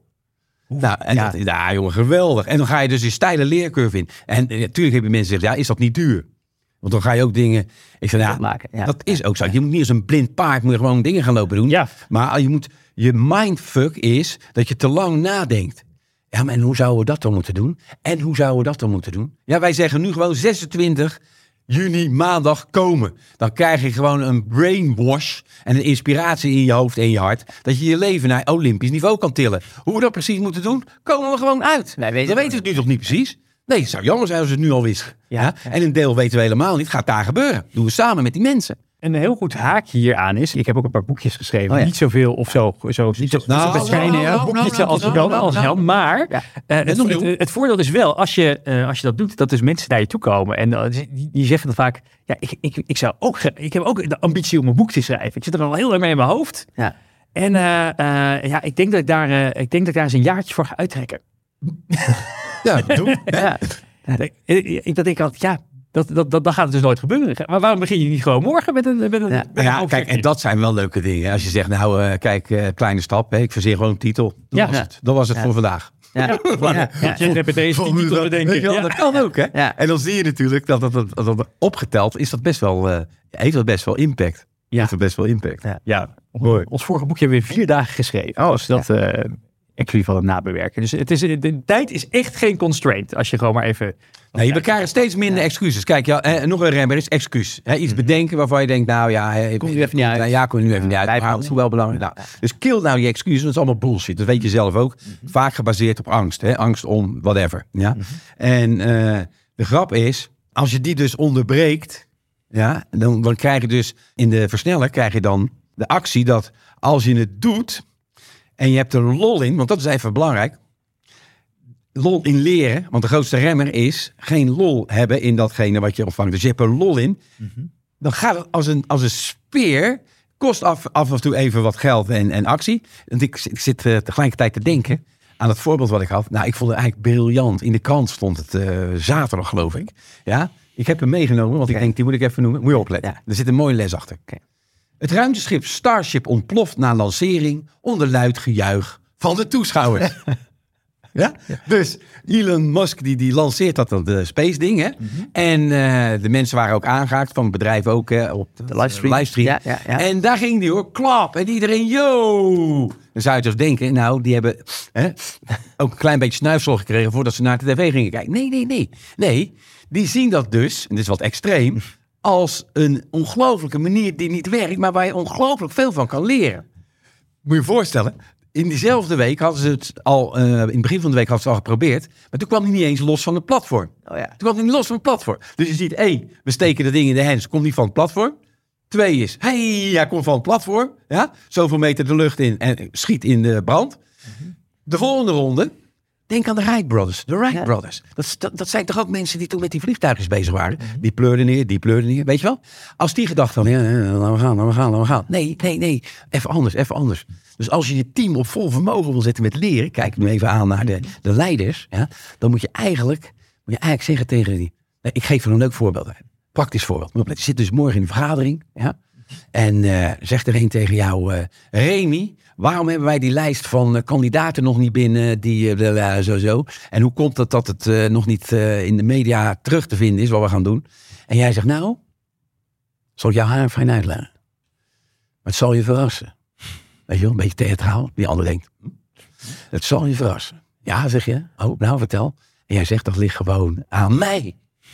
Nou, jongen, geweldig. En dan ga je dus een steile leercurve in. En natuurlijk heb je mensen die zeggen, ja, is dat niet duur? Want dan ga je ook dingen... Ik zeg, dat is ook zo. Je moet niet als een blind paard moet je gewoon dingen gaan lopen doen. Ja. Maar je mindfuck is dat je te lang nadenkt. Ja, maar en hoe zouden we dat dan moeten doen? En hoe zouden we dat dan moeten doen? Ja, wij zeggen nu gewoon 26 juni, maandag komen. Dan krijg je gewoon een brainwash en een inspiratie in je hoofd en je hart. Dat je je leven naar olympisch niveau kan tillen. Hoe we dat precies moeten doen, komen we gewoon uit. We weten het nu toch niet precies? Nee, het zou jammer zijn als we het nu al wisten. Ja. En een deel weten we helemaal niet. Gaat daar gebeuren. Doen we samen met die mensen. En een heel goed haakje hieraan is, ik heb ook een paar boekjes geschreven. Niet zoveel of zo. Boekjes als Jan. Maar het voordeel is wel, als je dat doet, dat dus mensen naar je toe komen. En die zeggen dan vaak, ja, ik heb ook de ambitie om een boek te schrijven. Ik zit er al heel erg mee in mijn hoofd. Ja. En ik denk dat ik daar eens een jaartje voor ga uittrekken. Ja, doe. Ja. Dat ik altijd, dat gaat het dus nooit gebeuren. Maar waarom begin je niet gewoon morgen met een kijk, en dat zijn wel leuke dingen. Als je zegt, kleine stap. Ik verzeer gewoon een titel. Dat was het voor vandaag. Je hebt deze titel bedenken. Dat kan ook, hè? Ja. En dan zie je natuurlijk dat opgeteld is dat best wel, heeft dat best wel impact. Heeft dat best wel impact. Ja. Ons vorige boekje hebben we 4 dagen geschreven. Dus dat... inclusief van het nabewerken. Dus de tijd is echt geen constraint. Als je gewoon maar even... Nee, we krijgen steeds minder excuses. Kijk, nog een remmer is excuus. Iets bedenken waarvan je denkt, kom je even niet uit. Ja, kom je nu even niet uit. Maar dat is wel belangrijk. Dus kill nou die excuses. Dat is allemaal bullshit. Dat weet je zelf ook. Vaak gebaseerd op angst. Angst om whatever. Ja? En de grap is, als je die dus onderbreekt, dan krijg je dus in de versneller krijg je dan de actie dat als je het doet en je hebt er lol in, want dat is even belangrijk. Lol in leren, want de grootste remmer is geen lol hebben in datgene wat je ontvangt. Dus je hebt er lol in. Dan gaat het als een speer, kost af en toe even wat geld en actie. Want ik zit tegelijkertijd te denken aan het voorbeeld wat ik had. Nou, ik vond het eigenlijk briljant. In de krant stond het zaterdag, geloof ik. Ja, ik heb hem meegenomen, want ik denk, die moet ik even noemen. Moet je opletten. Ja. Er zit een mooie les achter. Okay. Het ruimteschip Starship ontploft na lancering onder luid gejuich van de toeschouwers. Ja? Dus Elon Musk die lanceert dat space ding. Hè? En de mensen waren ook aangehaakt van het bedrijf ook op de livestream. Ja. En daar ging die hoor, klap. En iedereen, yo! Dan zou je dus denken, nou, die hebben ook een klein beetje snuifsel gekregen voordat ze naar de tv gingen kijken. Nee, die zien dat dus, en dit is wat extreem, als een ongelooflijke manier die niet werkt, maar waar je ongelooflijk veel van kan leren. Moet je je voorstellen, in diezelfde week hadden ze het al, in het begin van de week hadden ze het al geprobeerd, maar toen kwam hij niet eens los van het platform. Toen kwam hij niet los van het platform. Dus je ziet, we steken dat ding in de hands, komt niet van het platform. 2 is, hij komt van het platform, zoveel meter de lucht in en schiet in de brand. De volgende ronde, denk aan de Wright Brothers. De Wright Brothers. Dat zijn toch ook mensen die toen met die vliegtuigjes bezig waren? Die pleurden neer, weet je wel? Als die gedacht hadden, laten we gaan. Nee, even anders. Dus als je je team op vol vermogen wil zetten met leren, kijk nu even aan naar de leiders, ja, dan moet je eigenlijk zeggen tegen die. Ik geef er een leuk voorbeeld aan. Praktisch voorbeeld. Je zit dus morgen in een vergadering, ja, en zegt er een tegen jou, Remy, waarom hebben wij die lijst van kandidaten nog niet binnen, die zo. En hoe komt het dat het nog niet in de media terug te vinden is, wat we gaan doen? En jij zegt, nou, zal ik jou haar fijn uitleggen? Maar het zal je verrassen. Weet je wel, een beetje theatraal. Die ander denkt, het zal je verrassen. Ja, zeg je. Oh, nou, vertel. En jij zegt, dat ligt gewoon aan mij.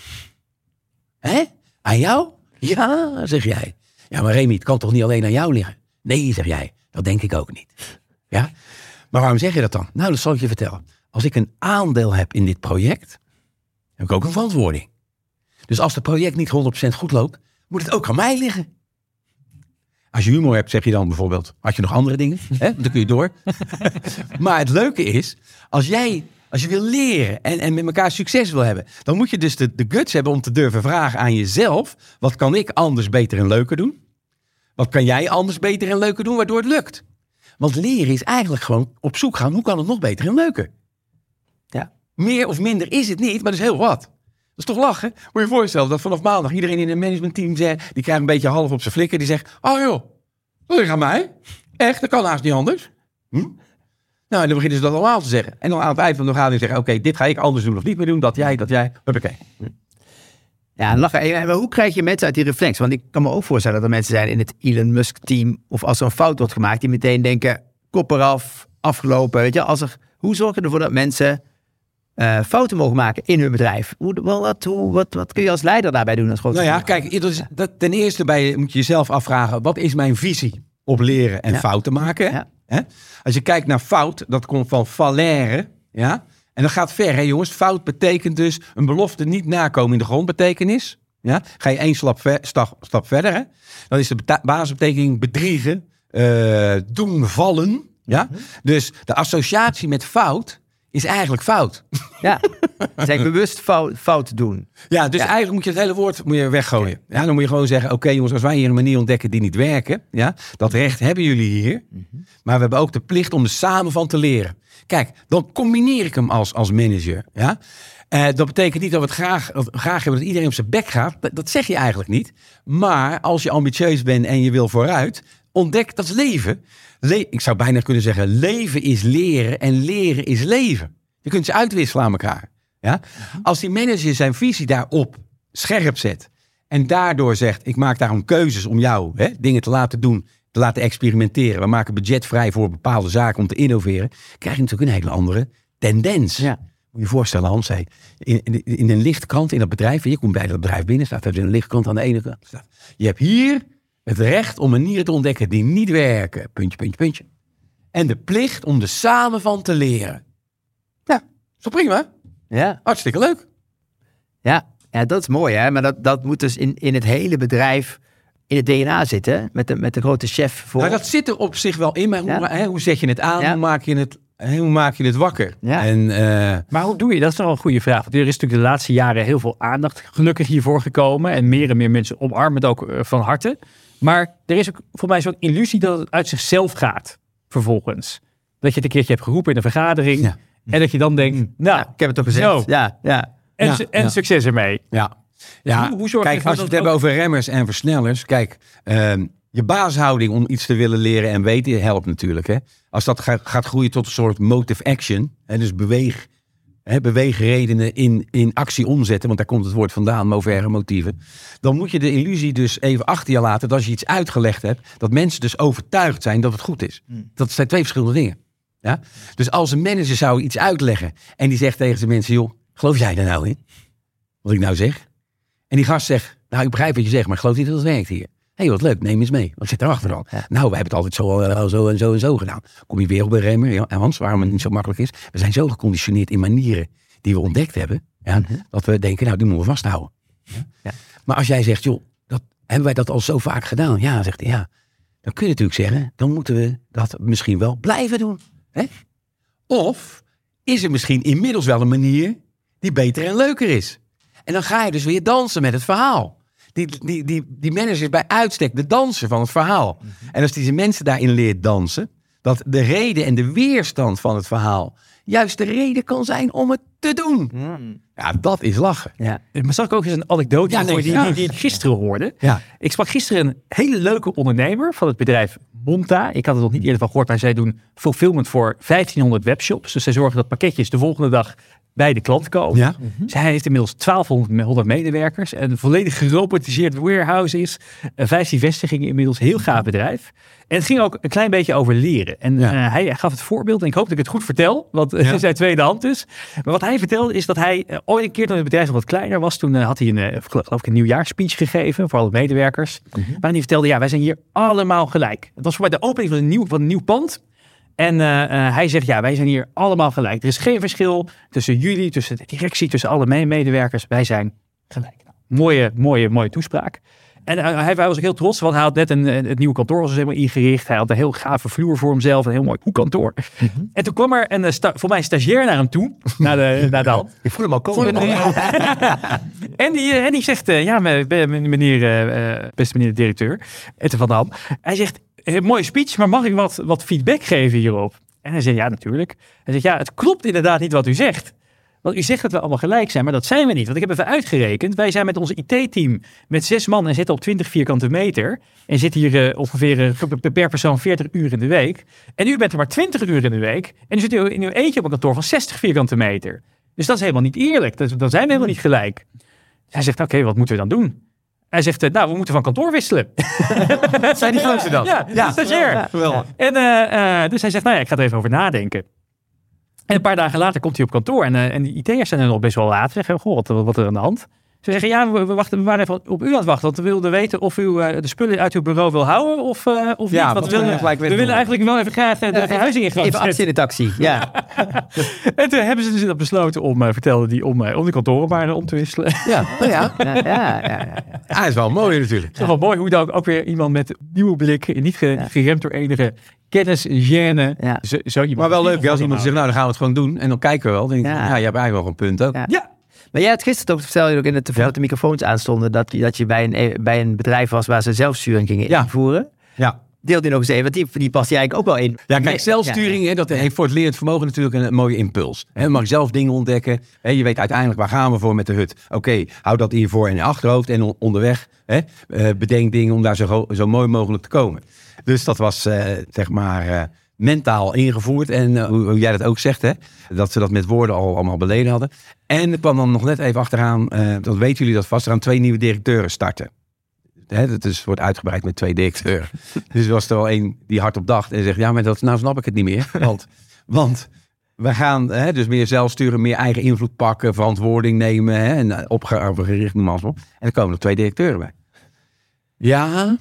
Hè? Aan jou? Ja, zeg jij. Ja, maar Remy, het kan toch niet alleen aan jou liggen? Nee, zeg jij. Dat denk ik ook niet. Ja? Maar waarom zeg je dat dan? Nou, dat zal ik je vertellen. Als ik een aandeel heb in dit project, heb ik ook een verantwoording. Dus als het project niet 100% goed loopt, moet het ook aan mij liggen. Als je humor hebt, zeg je dan bijvoorbeeld, had je nog andere dingen? Hè? Dan kun je door. Maar het leuke is, als je wil leren en met elkaar succes wil hebben, dan moet je dus de guts hebben om te durven vragen aan jezelf, wat kan ik anders, beter en leuker doen? Wat kan jij anders, beter en leuker doen, waardoor het lukt? Want leren is eigenlijk gewoon op zoek gaan, hoe kan het nog beter en leuker? Ja. Meer of minder is het niet, maar dat is heel wat. Dat is toch lachen? Moet je je voorstellen dat vanaf maandag iedereen in een managementteam zegt, die krijgt een beetje half op zijn flikker, die zegt, oh joh, dat ligt aan mij. Echt, dat kan haast niet anders. Nou, en dan beginnen ze dat allemaal te zeggen. En dan aan het eind van de vergadering zeggen, oké, dit ga ik anders doen of niet meer doen, dat jij, huppakee. Ja, lachen. Hoe krijg je mensen uit die reflex? Want ik kan me ook voorstellen dat er mensen zijn in het Elon Musk team, of als er een fout wordt gemaakt, die meteen denken, kop eraf, afgelopen. Weet je, hoe zorg je ervoor dat mensen fouten mogen maken in hun bedrijf? Wat kun je als leider daarbij doen? Als nou ja, kijk, ten eerste moet je jezelf afvragen, wat is mijn visie op leren en fouten maken? Ja. Hè? Als je kijkt naar fout, dat komt van fallere, ja. En dat gaat ver, hè jongens. Fout betekent dus een belofte niet nakomen in de grondbetekenis. Ja? Ga je één stap verder, hè? Dan is de basisbetekening bedriegen, doen vallen. Ja? Dus de associatie met fout is eigenlijk fout. Ja, zeg bewust fout doen. Ja, dus eigenlijk moet je het hele woord weggooien. Ja, dan moet je gewoon zeggen, oké, jongens, als wij hier een manier ontdekken die niet werken, ja, dat recht hebben jullie hier. Maar we hebben ook de plicht om er samen van te leren. Kijk, dan combineer ik hem als manager. Ja? Dat betekent niet dat we het graag hebben dat iedereen op zijn bek gaat. Dat zeg je eigenlijk niet. Maar als je ambitieus bent en je wil vooruit, ontdek dat is leven. Ik zou bijna kunnen zeggen, leven is leren en leren is leven. Je kunt ze uitwisselen aan elkaar. Ja? Als die manager zijn visie daarop scherp zet en daardoor zegt, ik maak daarom keuzes om jou dingen te laten doen, te laten experimenteren. We maken budget vrij voor bepaalde zaken om te innoveren. Krijg je natuurlijk een hele andere tendens. Ja. Moet je je voorstellen, Hans, in een lichtkrant in dat bedrijf, je komt bij dat bedrijf binnen, staat er een lichtkrant aan de ene kant. Je hebt hier het recht om manieren te ontdekken die niet werken. Puntje, puntje, puntje. En de plicht om er samen van te leren. Ja, zo prima. Ja. Hartstikke leuk. Ja, dat is mooi, hè? Maar dat moet dus in het hele bedrijf in het DNA zitten, met de grote chef voor. Nou, dat zit er op zich wel in, maar hoe zet je het aan? Ja. Hoe maak je het wakker? Ja. Maar hoe doe je? Dat is toch wel een goede vraag. Want er is natuurlijk de laatste jaren heel veel aandacht gelukkig hiervoor gekomen. En meer mensen omarmen het ook van harte. Maar er is ook voor mij zo'n illusie dat het uit zichzelf gaat vervolgens. Dat je het een keertje hebt geroepen in een vergadering. Ja. En dat je dan denkt, nou, ik heb het toch gezegd. En succes ermee. Ja. Ja, kijk, als we het hebben over remmers en versnellers. Kijk, je basishouding om iets te willen leren en weten helpt natuurlijk. Hè? Als dat gaat groeien tot een soort motive action. Dus beweegredenen in actie omzetten. Want daar komt het woord vandaan, moverre motieven. Dan moet je de illusie dus even achter je laten. Dat als je iets uitgelegd hebt, dat mensen dus overtuigd zijn dat het goed is. Dat zijn twee verschillende dingen. Ja? Dus als een manager zou iets uitleggen en die zegt tegen zijn mensen, joh, geloof jij daar nou in? Wat ik nou zeg? En die gast zegt, nou, ik begrijp wat je zegt, maar ik geloof niet dat het werkt hier. Hé, wat leuk, neem eens mee. Wat zit erachter dan? Ja. Nou, we hebben het altijd zo en zo gedaan. Kom je weer op een remmer, ja, Hans, waarom het niet zo makkelijk is. We zijn zo geconditioneerd in manieren die we ontdekt hebben, ja, dat we denken, nou, die moeten we vasthouden. Ja? Ja. Maar als jij zegt, joh, hebben wij dat al zo vaak gedaan? Ja, zegt hij, ja. Dan kun je natuurlijk zeggen, dan moeten we dat misschien wel blijven doen. Hè? Of is er misschien inmiddels wel een manier die beter en leuker is? En dan ga je dus weer dansen met het verhaal. Die manager is bij uitstek de danser van het verhaal. En als deze mensen daarin leert dansen, dat de reden en de weerstand van het verhaal juist de reden kan zijn om het te doen. Ja, dat is lachen. Ja. Maar zal ik ook eens een anekdote die ik gisteren hoorde? Ja. Ik sprak gisteren een hele leuke ondernemer van het bedrijf Monta. Ik had het nog niet eerder van gehoord, maar zij doen fulfillment voor 1500 webshops. Dus zij zorgen dat pakketjes de volgende dag bij de klant komen. Ja. Zij heeft inmiddels 1200 medewerkers. Een volledig gerobotiseerd warehouse is. 15 vestigingen inmiddels. Heel gaaf bedrijf. En het ging ook een klein beetje over leren. En hij gaf het voorbeeld. En ik hoop dat ik het goed vertel. Want het zijn tweede hand dus. Maar wat hij vertelde is dat hij ooit een keer toen het bedrijf nog wat kleiner was. Toen had hij een nieuwjaarspeech gegeven voor alle medewerkers. Waarin hij vertelde, wij zijn hier allemaal gelijk. Het was voor mij de opening van een nieuw pand. En hij zegt, wij zijn hier allemaal gelijk. Er is geen verschil tussen jullie, tussen de directie, tussen alle medewerkers. Wij zijn gelijk. Mooie toespraak. En hij was ook heel trots, want hij had net het nieuwe kantoor was dus helemaal ingericht. Hij had een heel gave vloer voor hemzelf, een heel mooi hoekkantoor. En toen kwam er voor mij een stagiair naar hem toe, naar de hand. Ik voel hem al komen. En die zegt, beste meneer de directeur, Ette van Dam. Hij zegt, mooie speech, maar mag ik wat feedback geven hierop? En hij zegt, ja, natuurlijk. Hij zegt, het klopt inderdaad niet wat u zegt. Want u zegt dat we allemaal gelijk zijn, maar dat zijn we niet. Want ik heb even uitgerekend. Wij zijn met onze IT-team met 6 man en zitten op 20 vierkante meter. En zitten hier ongeveer per persoon 40 uur in de week. En u bent er maar 20 uur in de week. En u zit in uw eentje op een kantoor van 60 vierkante meter. Dus dat is helemaal niet eerlijk. Dan zijn we helemaal niet gelijk. Hij zegt, oké, wat moeten we dan doen? Hij zegt, we moeten van kantoor wisselen. Zijn die grootste dan? Ja, stagiair. Ja. En dus hij zegt, ik ga er even over nadenken. En een paar dagen later komt hij op kantoor en de IT'ers zijn er nog best wel laat. Zeggen, wat er aan de hand? Ze zeggen, we waren even op u aan het wachten. Want we wilden weten of u de spullen uit uw bureau wil houden of niet. Want we willen eigenlijk wel even graag de verhuizing in gang zetten. Even actie in de taxi, ja. En toen hebben ze dus besloten om de kantoren maar om te wisselen. Ja, is wel mooi natuurlijk. Het is wel mooi hoe dan ook weer iemand met nieuwe blik, niet geremd door enige kennis, gêne. Ja. Maar wel leuk als iemand zegt, dan gaan we het gewoon doen. En dan kijken we wel. Dan denk ik, je hebt eigenlijk wel een punt ook. Ja. Maar jij had gisteren ook, vertelde je ook voordat de microfoons aanstonden, dat je bij een bedrijf was waar ze zelfsturing gingen invoeren. Ja. Deelt die nog eens even, want die past je eigenlijk ook wel in. Ja, kijk, zelfsturing, dat heeft voor het lerend vermogen natuurlijk een mooie impuls. Je mag zelf dingen ontdekken. Je weet uiteindelijk, waar gaan we voor met de hut? Oké, hou dat hier voor in je achterhoofd en onderweg bedenk dingen om daar zo mooi mogelijk te komen. Dus dat was, mentaal ingevoerd. En hoe jij dat ook zegt, dat ze dat met woorden al allemaal beleden hadden. En er kwam dan nog net even achteraan, dat weten jullie dat vast, eraan 2 nieuwe directeuren starten. Het wordt uitgebreid met 2 directeuren. Dus er was er wel één die hardop dacht en zegt, nou snap ik het niet meer. Want we gaan dus meer zelfsturen, meer eigen invloed pakken, verantwoording nemen en opgericht noem maar. En er komen nog 2 directeuren bij. Ja.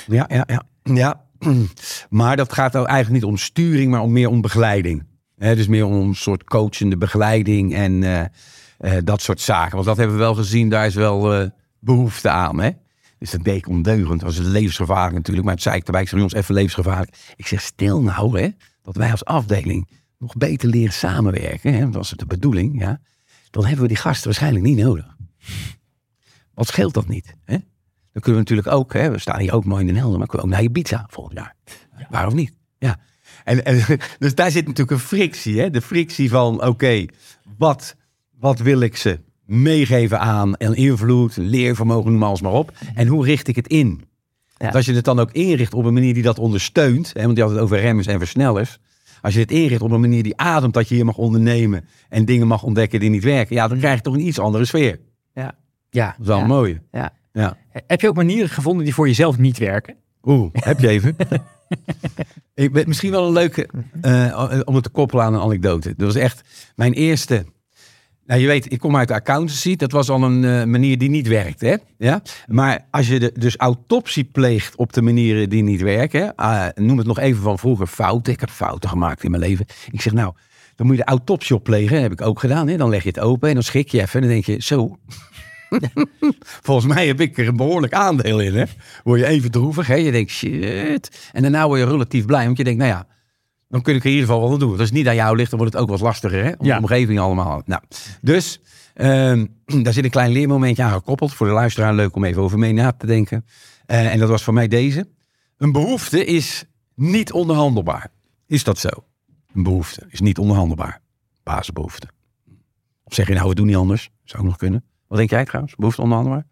Maar dat gaat nou eigenlijk niet om sturing, maar meer om begeleiding. Dus meer om een soort coachende begeleiding en dat soort zaken. Want dat hebben we wel gezien, daar is wel behoefte aan. Dus dat deed ik ondeugend. Dat was levensgevaarlijk natuurlijk. Maar het zei ik erbij, ik zeg, jongens, even levensgevaarlijk. Ik zeg, stil nou, dat wij als afdeling nog beter leren samenwerken. Dat was de bedoeling, ja. Dan hebben we die gasten waarschijnlijk niet nodig. Wat scheelt dat niet, Dan kunnen we natuurlijk ook, we staan hier ook mooi in Den Helder, maar kunnen we ook naar Ibiza volgend jaar. Ja. Waarom niet? Ja. En dus daar zit natuurlijk een frictie, De frictie van, wat wil ik ze meegeven aan een invloed, leervermogen, noem alles maar op. En hoe richt ik het in? Ja. Als je het dan ook inricht op een manier die dat ondersteunt, want die had het over remmers en versnellers. Als je het inricht op een manier die ademt dat je hier mag ondernemen en dingen mag ontdekken die niet werken, dan krijg je toch een iets andere sfeer. Ja. Dat is wel mooi. Ja. Heb je ook manieren gevonden die voor jezelf niet werken? Heb je even? Misschien wel een leuke, om het te koppelen aan een anekdote. Dat was echt mijn eerste. Nou, je weet, ik kom uit de accountancy. Dat was al een manier die niet werkt. Ja? Maar als je dus autopsie pleegt op de manieren die niet werken. Noem het nog even van vroeger fouten. Ik heb fouten gemaakt in mijn leven. Ik zeg, dan moet je de autopsie opplegen. Dat heb ik ook gedaan. Dan leg je het open en dan schrik je even. En dan denk je, zo. Volgens mij heb ik er een behoorlijk aandeel in. Word je even droevig. Je denkt, shit. En daarna word je relatief blij. Want je denkt, dan kun ik er in ieder geval wel doen. Als het niet aan jou ligt, dan wordt het ook wat lastiger. Om de omgeving allemaal. Dus daar zit een klein leermomentje aan gekoppeld. Voor de luisteraar leuk om even over mee na te denken. En dat was voor mij deze. Een behoefte is niet onderhandelbaar. is dat zo? Een behoefte is niet onderhandelbaar. Basisbehoefte. Of zeg je nou, we doen niet anders? Zou ook nog kunnen. Wat denk jij trouwens? Behoefte onderhandelbaar?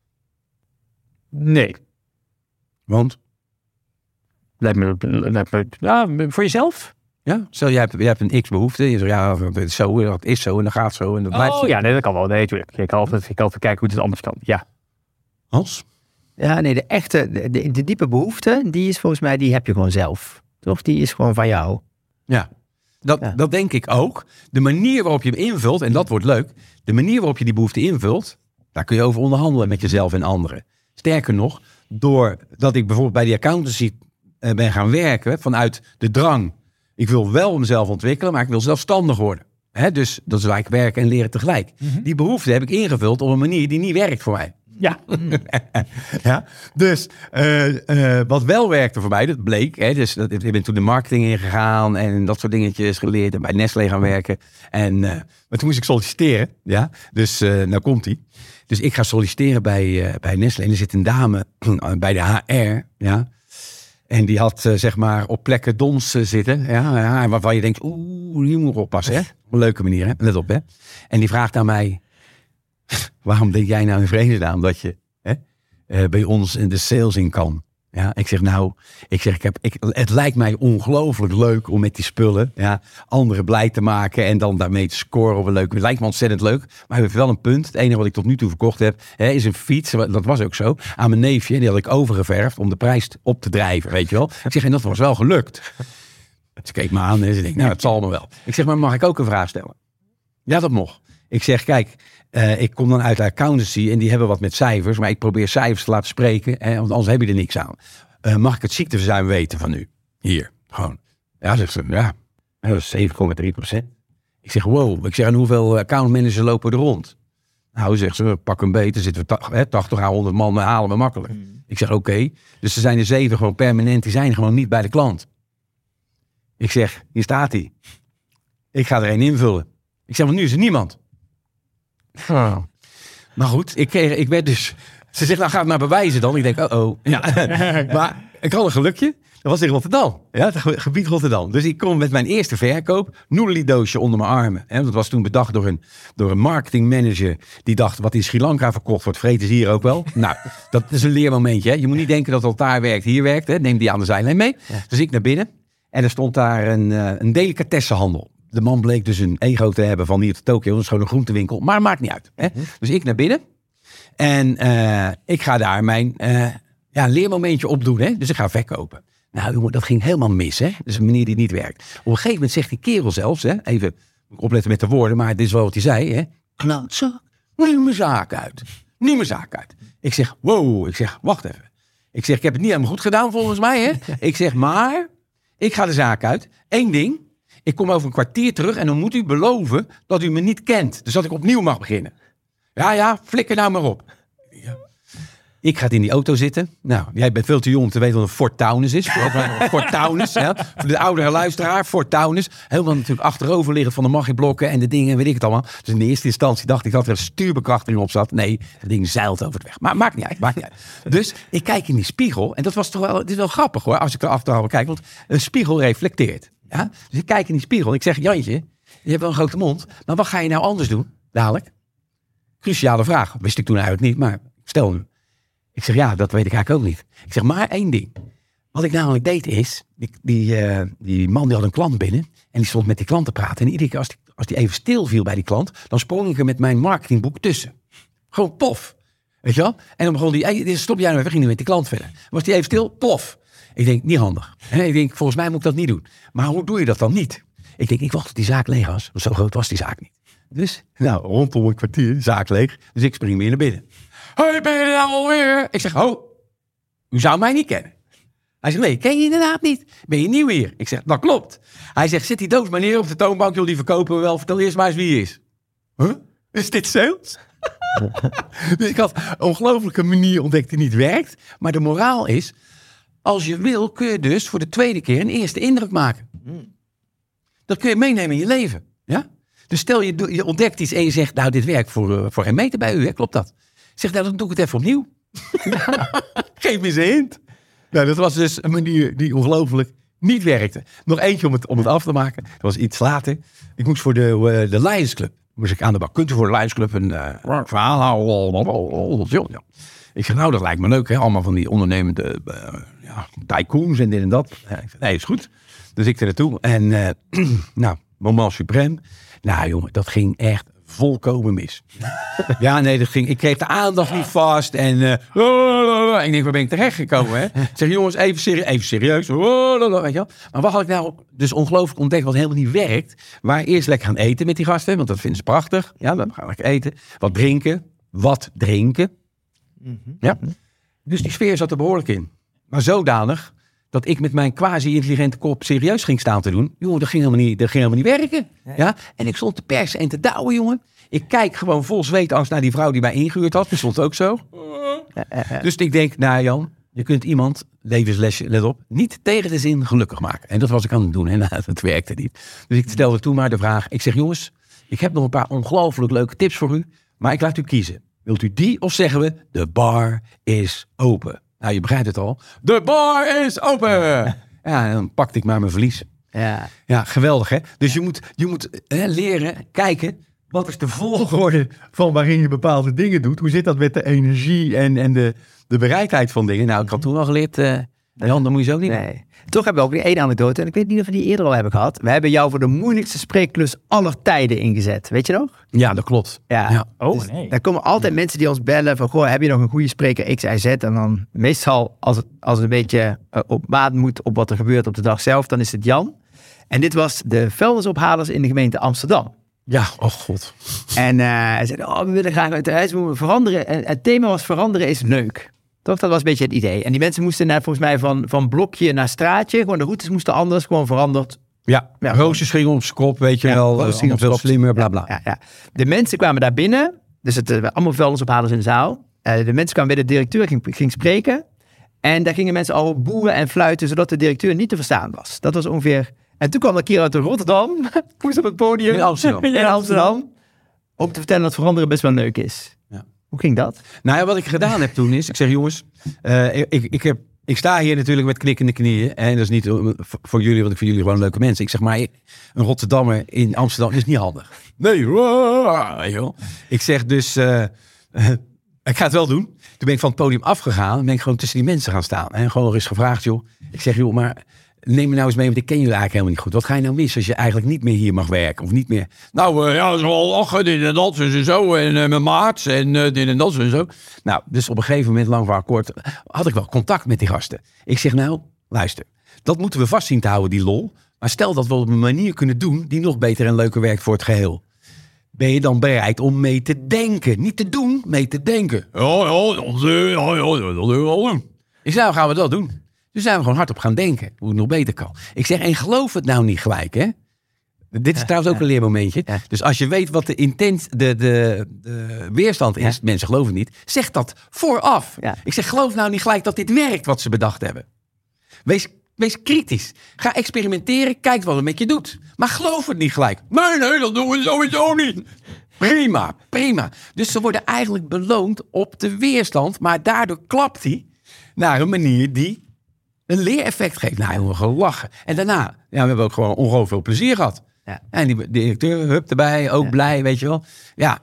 Nee. Want? Lijkt me voor jezelf? Ja, stel jij hebt een x-behoefte. Je zegt, ja, dat is zo en dat gaat zo en dat blijft zo. Ja, nee, dat kan wel. Nee, tuurlijk. Ik kan altijd kijken hoe het anders kan. Ja. Hans? Ja, nee, de diepe behoefte, die is volgens mij, die heb je gewoon zelf. Toch? Die is gewoon van jou. Ja, dat denk ik ook. De manier waarop je hem invult, en dat wordt leuk. De manier waarop je die behoefte invult, daar kun je over onderhandelen met jezelf en anderen. Sterker nog, doordat ik bijvoorbeeld bij die accountancy ben gaan werken vanuit de drang. Ik wil wel mezelf ontwikkelen, maar ik wil zelfstandig worden. Dus dat is waar ik werken en leren tegelijk. Mm-hmm. Die behoefte heb ik ingevuld op een manier die niet werkt voor mij. Ja. Ja. Dus wat wel werkte voor mij, dat bleek. Dus ik ben toen de marketing ingegaan en dat soort dingetjes geleerd. En bij Nestlé gaan werken. Maar toen moest ik solliciteren. Ja. Dus nou komt ie. Dus ik ga solliciteren bij Nestlé. En er zit een dame bij de HR. Ja. En die had zeg maar op plekken dons zitten. Ja, waarvan je denkt, hier moet ik oppassen. Hè? Op een leuke manier, hè? Let op. Hè? En die vraagt aan mij, waarom denk jij nou in vredesnaam dat je bij ons in de sales in kan? Ja, ik zeg, het lijkt mij ongelooflijk leuk om met die spullen anderen blij te maken en dan daarmee te scoren op een leuk. Het lijkt me ontzettend leuk, maar hij heeft wel een punt. Het enige wat ik tot nu toe verkocht heb, is een fiets. Dat was ook zo. Aan mijn neefje, die had ik overgeverfd om de prijs op te drijven, weet je wel. Ik zeg, en dat was wel gelukt. Ze keek me aan en ze denkt, nou, het zal me wel. Ik zeg, maar mag ik ook een vraag stellen? Ja, dat mocht. Ik zeg, kijk, ik kom dan uit de accountancy en die hebben wat met cijfers, maar ik probeer cijfers te laten spreken, want anders heb je er niks aan. Mag ik het ziekteverzuim weten van u? Hier, gewoon. Ja, zegt ze, ja, dat is 7,3%. Ik zeg, wow. Ik zeg, en hoeveel accountmanagers lopen er rond? Nou, zegt ze, pak een beet, zitten we 80 à 100 man, halen we makkelijk. Ik zeg, oké. Dus er zijn er 7 gewoon permanent, die zijn gewoon niet bij de klant. Ik zeg, hier staat hij. Ik ga er een invullen. Ik zeg, want nu is er niemand. Maar goed, ik werd dus... Ze zegt, nou ga het maar bewijzen dan. Ik denk, Ja. Maar ik had een gelukje. Dat was in Rotterdam. Ja, het gebied Rotterdam. Dus ik kom met mijn eerste verkoop. Noedeli-doosje onder mijn armen. Dat was toen bedacht door een marketingmanager. Die dacht, wat in Sri Lanka verkocht wordt, vreten ze hier ook wel. Nou, dat is een leermomentje. Hè. Je moet niet denken dat het daar werkt, hier werkt. Hè. Neem die aan de zijlijn mee. Ja. Dus ik naar binnen. En er stond daar een delicatessenhandel. De man bleek dus een ego te hebben van hier tot Tokio. Dat is gewoon een groentewinkel. Maar maakt niet uit. Hè. Dus ik naar binnen. En ik ga daar mijn leermomentje opdoen. Hè. Dus ik ga verkopen. Nou jongen, dat ging helemaal mis. Hè. Dat is een manier die niet werkt. Op een gegeven moment zegt die kerel zelfs. Hè, even opletten met de woorden. Maar dit is wel wat hij zei. Hè. Nou, nu mijn zaak uit. Nu mijn zaak uit. Ik zeg, wow. Ik zeg, wacht even. Ik zeg, ik heb het niet helemaal goed gedaan volgens mij. Hè. Ik zeg, maar ik ga de zaak uit. 1 ding. Ik kom over een kwartier terug en dan moet u beloven dat u me niet kent. Dus dat ik opnieuw mag beginnen. Ja, flikker nou maar op. Ja. Ik ga in die auto zitten. Nou, jij bent veel te jong om te weten wat een Ford Taunus is. Ford Taunus, ja. Voor de oudere luisteraar, Ford Taunus. Helemaal natuurlijk achterover liggen van de magieblokken en de dingen, weet ik het allemaal. Dus in de eerste instantie dacht ik dat er een stuurbekrachtiging op zat. Nee, dat ding zeilt over het weg. Maar maakt niet uit. Dus ik kijk in die spiegel. En dat was toch wel, het is wel grappig hoor, als ik er achteraf kijk. Want een spiegel reflecteert. Ja? Dus ik kijk in die spiegel. Ik zeg, Jantje, je hebt wel een grote mond. Maar wat ga je nou anders doen, dadelijk? Cruciale vraag. Wist ik toen eigenlijk niet, maar stel nu. Ik zeg, ja, dat weet ik eigenlijk ook niet. Ik zeg, maar 1 ding. Wat ik namelijk deed is, die man die had een klant binnen. En die stond met die klant te praten. En iedere keer als die even stil viel bij die klant, dan sprong ik er met mijn marketingboek tussen. Gewoon pof. Weet je wel? En dan begon die, stop jij nou even, ging met die klant verder. Was die even stil, pof. Ik denk, niet handig. Ik denk, volgens mij moet ik dat niet doen. Maar hoe doe je dat dan niet? Ik denk, ik wacht tot die zaak leeg was. Zo groot was die zaak niet. Dus, nou, rondom een kwartier, zaak leeg. Dus ik spring weer naar binnen. Hoi, ben je er nou alweer? Ik zeg, u zou mij niet kennen. Hij zegt, nee, ken je inderdaad niet. Ben je nieuw hier? Ik zeg, dat klopt. Hij zegt, zit die doos maar neer op de toonbank, joh, die verkopen we wel. Vertel eerst maar eens wie hij is. Huh? Is dit sales? Dus ik had een ongelofelijke manier ontdekt die niet werkt. Maar de moraal is, als je wil, kun je dus voor de 2e keer een eerste indruk maken. Dat kun je meenemen in je leven. Ja? Dus stel je ontdekt iets en je zegt, nou, dit werkt voor geen meter bij u, hè? Klopt dat? Zeg, nou, dan doe ik het even opnieuw. Geef me eens een hint. Nou, dat was dus een manier die ongelooflijk niet werkte. Nog eentje om het af te maken. Dat was iets later. Ik moest voor de Lions Club. Moest ik aan de bak. Kunt u voor de Lions Club een verhaal houden? Ik zeg, nou, dat lijkt me leuk. Hè? Allemaal van die ondernemende tycoons en dit en dat. Nee, is goed. Dus ik er naartoe. En moment suprême. Nou, jongen, dat ging echt volkomen mis. Ja, nee, ik kreeg de aandacht niet vast. En ik denk, waar ben ik terecht gekomen? Hè? Ik zeg, jongens, even serieus. Weet je wel? Maar wat had ik nou dus ongelooflijk ontdekt wat helemaal niet werkt? Waar eerst lekker gaan eten met die gasten, want dat vinden ze prachtig. Ja, dan gaan we lekker eten. Wat drinken. Ja. Dus die sfeer zat er behoorlijk in. Maar zodanig dat ik met mijn quasi-intelligente kop serieus ging staan te doen. Jongen, dat ging helemaal niet werken. Ja? En ik stond te persen en te douwen, jongen. Ik kijk gewoon vol zweetangst naar die vrouw die mij ingehuurd had. Die stond ook zo. Dus ik denk, nou Jan, je kunt iemand, levenslesje, let op, niet tegen de zin gelukkig maken. En dat was ik aan het doen. En dat werkte niet. Dus ik stelde toen maar de vraag. Ik zeg, jongens, ik heb nog een paar ongelooflijk leuke tips voor u. Maar ik laat u kiezen. Wilt u die of zeggen we, de bar is open? Nou, je begrijpt het al. De bar is open! Ja, dan pakte ik maar mijn verlies. Ja, geweldig hè. Dus je moet leren, kijken, wat is de volgorde van waarin je bepaalde dingen doet? Hoe zit dat met de energie en de bereidheid van dingen? Nou, ik had toen al geleerd, Jan, dan moet je zo niet. Nee. Toch hebben we ook weer één anekdote. En ik weet niet of we die eerder al hebben gehad. We hebben jou voor de moeilijkste spreekklus aller tijden ingezet. Weet je nog? Ja, dat klopt. Ja. Oh, dus nee. Er komen altijd mensen die ons bellen van, goh, heb je nog een goede spreker X, Y, Z? En dan meestal, als het een beetje op maat moet op wat er gebeurt op de dag zelf, dan is het Jan. En dit was de vuilnisophalers in de gemeente Amsterdam. Ja, oh god. En hij zei, we willen graag uit de huis veranderen. En het thema was veranderen is leuk. Toch, dat was een beetje het idee. En die mensen moesten volgens mij van blokje naar straatje. Gewoon de routes moesten anders, gewoon veranderd. Ja, Roosjes gingen op zijn kop, weet je wel. Roosjes veel slimmer, bla bla. Ja. De mensen kwamen daar binnen. Dus het waren allemaal vuilnisophalers in de zaal. De mensen kwamen bij de directeur, ging spreken. En daar gingen mensen al boeren en fluiten, zodat de directeur niet te verstaan was. Dat was ongeveer... En toen kwam een keer uit Rotterdam, moest op het podium. In Amsterdam. Om te vertellen dat veranderen best wel leuk is. Ja. Hoe ging dat? Nou ja, wat ik gedaan heb toen is, ik zeg jongens, ik sta hier natuurlijk met knikkende knieën. En dat is niet voor jullie, want ik vind jullie gewoon leuke mensen. Ik zeg maar, een Rotterdammer in Amsterdam is niet handig. Nee, ik zeg dus, ik ga het wel doen. Toen ben ik van het podium afgegaan en ben ik gewoon tussen die mensen gaan staan. En gewoon nog eens gevraagd, joh. Ik zeg, joh, maar neem me nou eens mee, want ik ken jullie eigenlijk helemaal niet goed. Wat ga je nou missen als je eigenlijk niet meer hier mag werken? Of niet meer... Nou, dat is wel lachen, dit en dat en zo. En mijn maats en dit en dat en zo. Nou, dus op een gegeven moment, lang verhaal kort, had ik wel contact met die gasten. Ik zeg, nou, luister. Dat moeten we vast zien te houden, die lol. Maar stel dat we op een manier kunnen doen die nog beter en leuker werkt voor het geheel. Ben je dan bereid om mee te denken? Niet te doen, mee te denken. Ja, dat doen. Ik zei, nou gaan we dat doen. Dus zijn we gewoon hardop gaan denken hoe het nog beter kan. Ik zeg, en geloof het nou niet gelijk, hè? Dit is trouwens ook een leermomentje. Ja. Dus als je weet wat de weerstand is, ja. Mensen geloven niet, zeg dat vooraf. Ja. Ik zeg, geloof nou niet gelijk dat dit werkt wat ze bedacht hebben. Wees kritisch. Ga experimenteren, kijk wat het met je doet. Maar geloof het niet gelijk. Nee, dat doen we sowieso niet. Prima. Dus ze worden eigenlijk beloond op de weerstand, maar daardoor klapt hij naar een manier die een leereffect geeft. Nou, jongen, gelachen. En daarna, we hebben ook gewoon ongelooflijk veel plezier gehad. Ja. En die directeur, hup erbij, ook blij, weet je wel. Ja.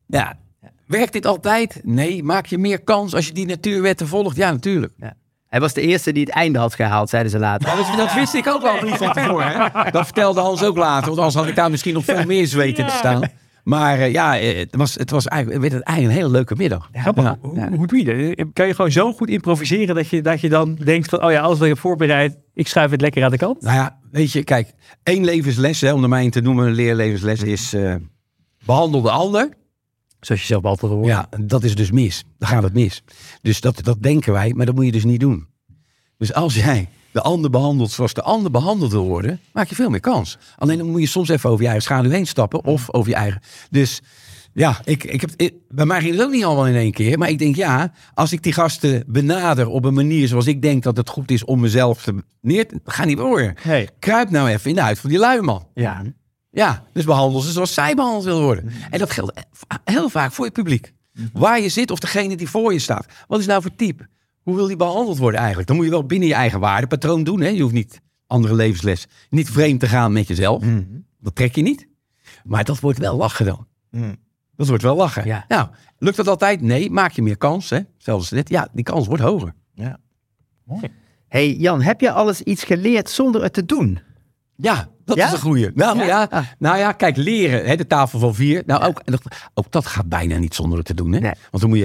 Werkt dit altijd? Nee. Maak je meer kans als je die natuurwetten volgt? Ja, natuurlijk. Ja. Hij was de eerste die het einde had gehaald, zeiden ze later. Dat wist ik ook al niet van tevoren. Hè? Dat vertelde Hans ook later, want anders had ik daar misschien nog veel meer zweten te staan. Maar het was eigenlijk een hele leuke middag. Ja, hoe doe je dat? Kan je gewoon zo goed improviseren dat je dan denkt van, als ik heb voorbereid, ik schuif het lekker aan de kant? Nou ja, weet je, kijk, 1 levensles, om de mij te noemen, een leerlevensles is behandel de ander. Zoals je zelf altijd hoort. Ja, dat is dus mis. Dan gaat het mis. Dus dat denken wij, maar dat moet je dus niet doen. Dus als jij de ander behandelt zoals de ander behandeld wil worden, maak je veel meer kans. Alleen dan moet je soms even over je eigen schaduw heen stappen of over je eigen. Dus ja, bij mij ging het ook niet allemaal in 1 keer. Maar ik denk als ik die gasten benader op een manier zoals ik denk dat het goed is om mezelf ga niet worden. Hey. Kruip nou even in de huid van die lui man. Ja, dus behandel ze zoals zij behandeld wil worden. En dat geldt heel vaak voor je publiek. Waar je zit of degene die voor je staat. Wat is nou voor type? Hoe wil die behandeld worden eigenlijk? Dan moet je wel binnen je eigen waardepatroon doen. Hè? Je hoeft niet andere levensles. Niet vreemd te gaan met jezelf. Dat trek je niet. Maar dat wordt wel lachen dan. Dat wordt wel lachen. Ja. Nou, lukt dat altijd? Nee. Maak je meer kans. Hè? Zelfs dit. Ja, die kans wordt hoger. Ja. Mooi. Hey Jan, heb je alles iets geleerd zonder het te doen? Ja, dat is een goeie. Nou ja, kijk, leren. Hè, de tafel van 4. Nou, ook dat gaat bijna niet zonder het te doen. Hè? Nee. Want dan moet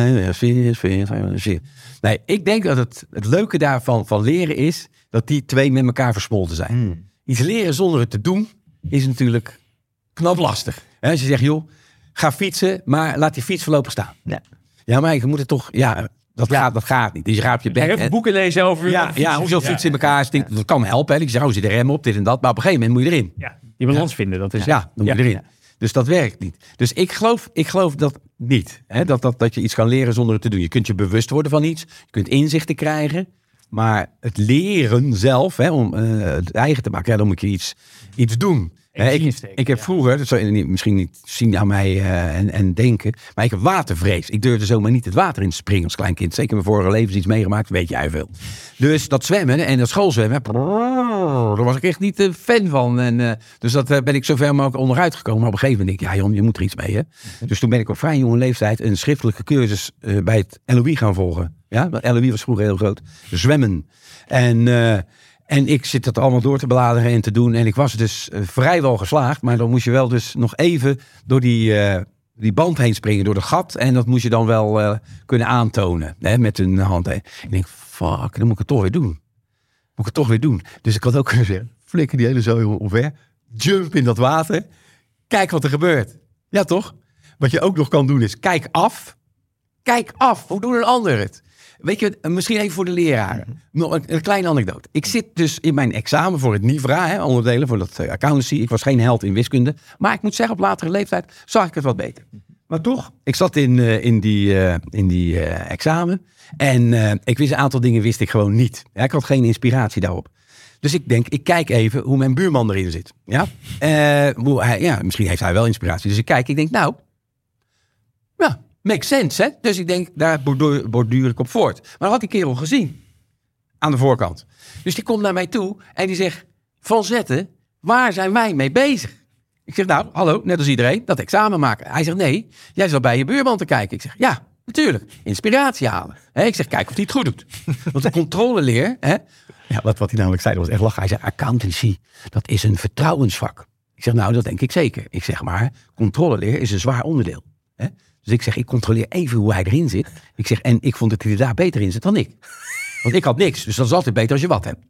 je... Nee, ik denk dat het leuke daarvan van leren is... dat die twee met elkaar versmolten zijn. Iets leren zonder het te doen is natuurlijk knap lastig. Hè, als je zegt, joh, ga fietsen, maar laat die fiets voorlopig staan. Ja, maar je moet het toch... Ja, dat gaat niet. Dus je gaat op je bek. Even boeken lezen over... hoezo fietsen in elkaar stikt. Dat kan helpen. Hè. Ik zeg, zit de rem op, dit en dat. Maar op een gegeven moment moet je erin. Ja, die balans vinden. Dat is... Ja, dan moet je erin. Dus dat werkt niet. Dus ik geloof dat niet. Hè. Dat je iets kan leren zonder het te doen. Je kunt je bewust worden van iets. Je kunt inzichten krijgen. Maar het leren zelf, hè, om het eigen te maken, dan moet je iets doen. Ik heb vroeger, dat zou je misschien niet zien aan mij en denken, maar ik heb watervrees. Ik durfde zomaar niet het water in te springen als klein kind. Zeker in mijn vorige levens iets meegemaakt, weet jij veel. Dus dat zwemmen en dat schoolzwemmen, daar was ik echt niet fan van. En, dus dat ben ik zo ver mogelijk onderuit gekomen. Maar op een gegeven moment denk ik, ja Jon, je moet er iets mee. Hè? Dus toen ben ik op vrij jonge leeftijd een schriftelijke cursus bij het LOE gaan volgen. Ja, LOE was vroeger heel groot. Zwemmen. En ik zit dat allemaal door te bladeren en te doen. En ik was dus vrijwel geslaagd. Maar dan moest je wel dus nog even door die band heen springen. Door de gat. En dat moest je dan wel kunnen aantonen. Hè, met een hand. Ik denk, fuck, dan moet ik het toch weer doen. Dus ik had ook kunnen zeggen, flikker die hele zooi omver. Jump in dat water. Kijk wat er gebeurt. Ja, toch? Wat je ook nog kan doen is, kijk af. Kijk af. Hoe doet een ander het? Weet je, misschien even voor de leraren. Nog een kleine anekdote. Ik zit dus in mijn examen voor het NIVRA, hè, onderdelen voor dat accountancy. Ik was geen held in wiskunde. Maar ik moet zeggen, op latere leeftijd zag ik het wat beter. Maar toch, ik zat in die examen. En ik wist een aantal dingen wist ik gewoon niet. Ja, ik had geen inspiratie daarop. Dus ik denk, ik kijk even hoe mijn buurman erin zit. Ja? Misschien heeft hij wel inspiratie. Dus ik denk, nou, ja, makes sense, hè? Dus ik denk, daar borduur ik op voort. Maar dat had die kerel gezien. Aan de voorkant. Dus die komt naar mij toe en die zegt, Van Zetten, waar zijn wij mee bezig? Ik zeg, nou, hallo, net als iedereen, dat examen maken. Hij zegt, nee, jij zat bij je buurman te kijken. Ik zeg, ja, natuurlijk, inspiratie halen. Ik zeg, kijk of hij het goed doet. Want de controleleer, ja, wat hij namelijk zei, dat was echt lachen. Hij zei, accountancy, dat is een vertrouwensvak. Ik zeg, nou, dat denk ik zeker. Ik zeg, maar controleleer is een zwaar onderdeel. Dus ik zeg, ik controleer even hoe hij erin zit. Ik zeg, en ik vond dat hij er daar beter in zit dan ik. Want ik had niks, dus dat is altijd beter als je wat hebt.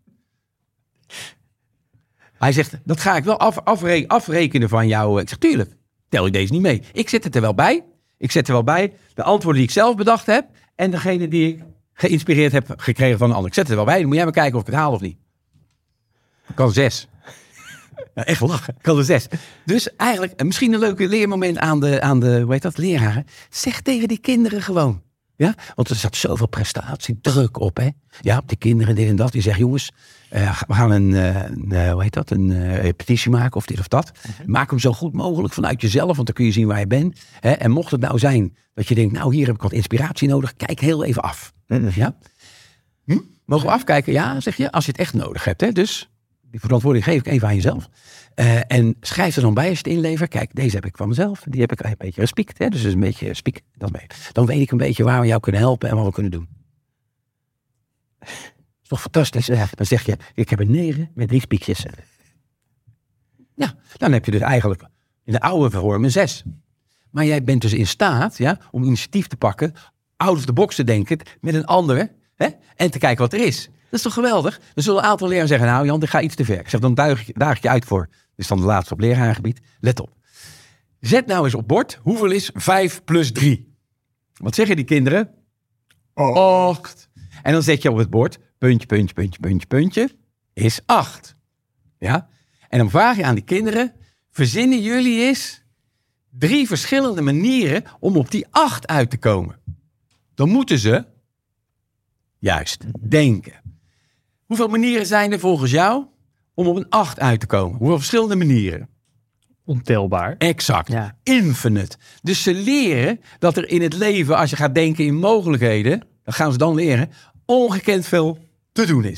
Hij zegt, dat ga ik wel afrekenen van jou. Ik zeg, tuurlijk, tel ik deze niet mee. Ik zet het er wel bij. De antwoorden die ik zelf bedacht heb. En degene die ik geïnspireerd heb gekregen van een ander. Ik zet het er wel bij. Dan moet jij maar kijken of ik het haal of niet. Ik kan 6. Ja, echt lachen. Ik kan 6. Dus eigenlijk misschien een leuke leermoment aan de hoe heet dat, leraren. Zeg tegen die kinderen gewoon. Ja? Want er zat zoveel prestatie, druk op. Hè? Ja, op de kinderen, dit en dat. Die zeggen, jongens, we gaan een repetitie maken of dit of dat. Maak hem zo goed mogelijk vanuit jezelf, want dan kun je zien waar je bent. Hè? En mocht het nou zijn dat je denkt, nou hier heb ik wat inspiratie nodig. Kijk heel even af. Ja? Mogen we afkijken? Ja, zeg je, als je het echt nodig hebt. Hè? Dus die verantwoording geef ik even aan jezelf. En schrijf er dan bij als je het inlevert. Kijk, deze heb ik van mezelf. Die heb ik een beetje gespiekt. Hè? Dus een beetje spiek. Dan weet ik een beetje waar we jou kunnen helpen en wat we kunnen doen. Dat is toch fantastisch. Dan zeg je, ik heb een 9 met 3 spiekjes. Ja, dan heb je dus eigenlijk in de oude vorm een 6. Maar jij bent dus in staat, ja, om initiatief te pakken, out of the box te denken met een andere, hè, en te kijken wat er is. Dat is toch geweldig? Dan zullen een aantal leraren zeggen, nou Jan, dit gaat iets te ver. Ik zeg, dan daag ik je uit voor. Dit is dan de laatste op leraargebied. Let op. Zet nou eens op bord, hoeveel is 5 plus 3? Wat zeggen die kinderen? 8. En dan zet je op het bord, puntje, is 8. Ja? En dan vraag je aan die kinderen, verzinnen jullie eens 3 verschillende manieren om op die 8 uit te komen. Dan moeten ze, juist, denken. Hoeveel manieren zijn er volgens jou om op een 8 uit te komen? Hoeveel verschillende manieren? Ontelbaar. Exact. Ja. Infinite. Dus ze leren dat er in het leven, als je gaat denken in mogelijkheden, dan gaan ze dan leren, ongekend veel te doen is.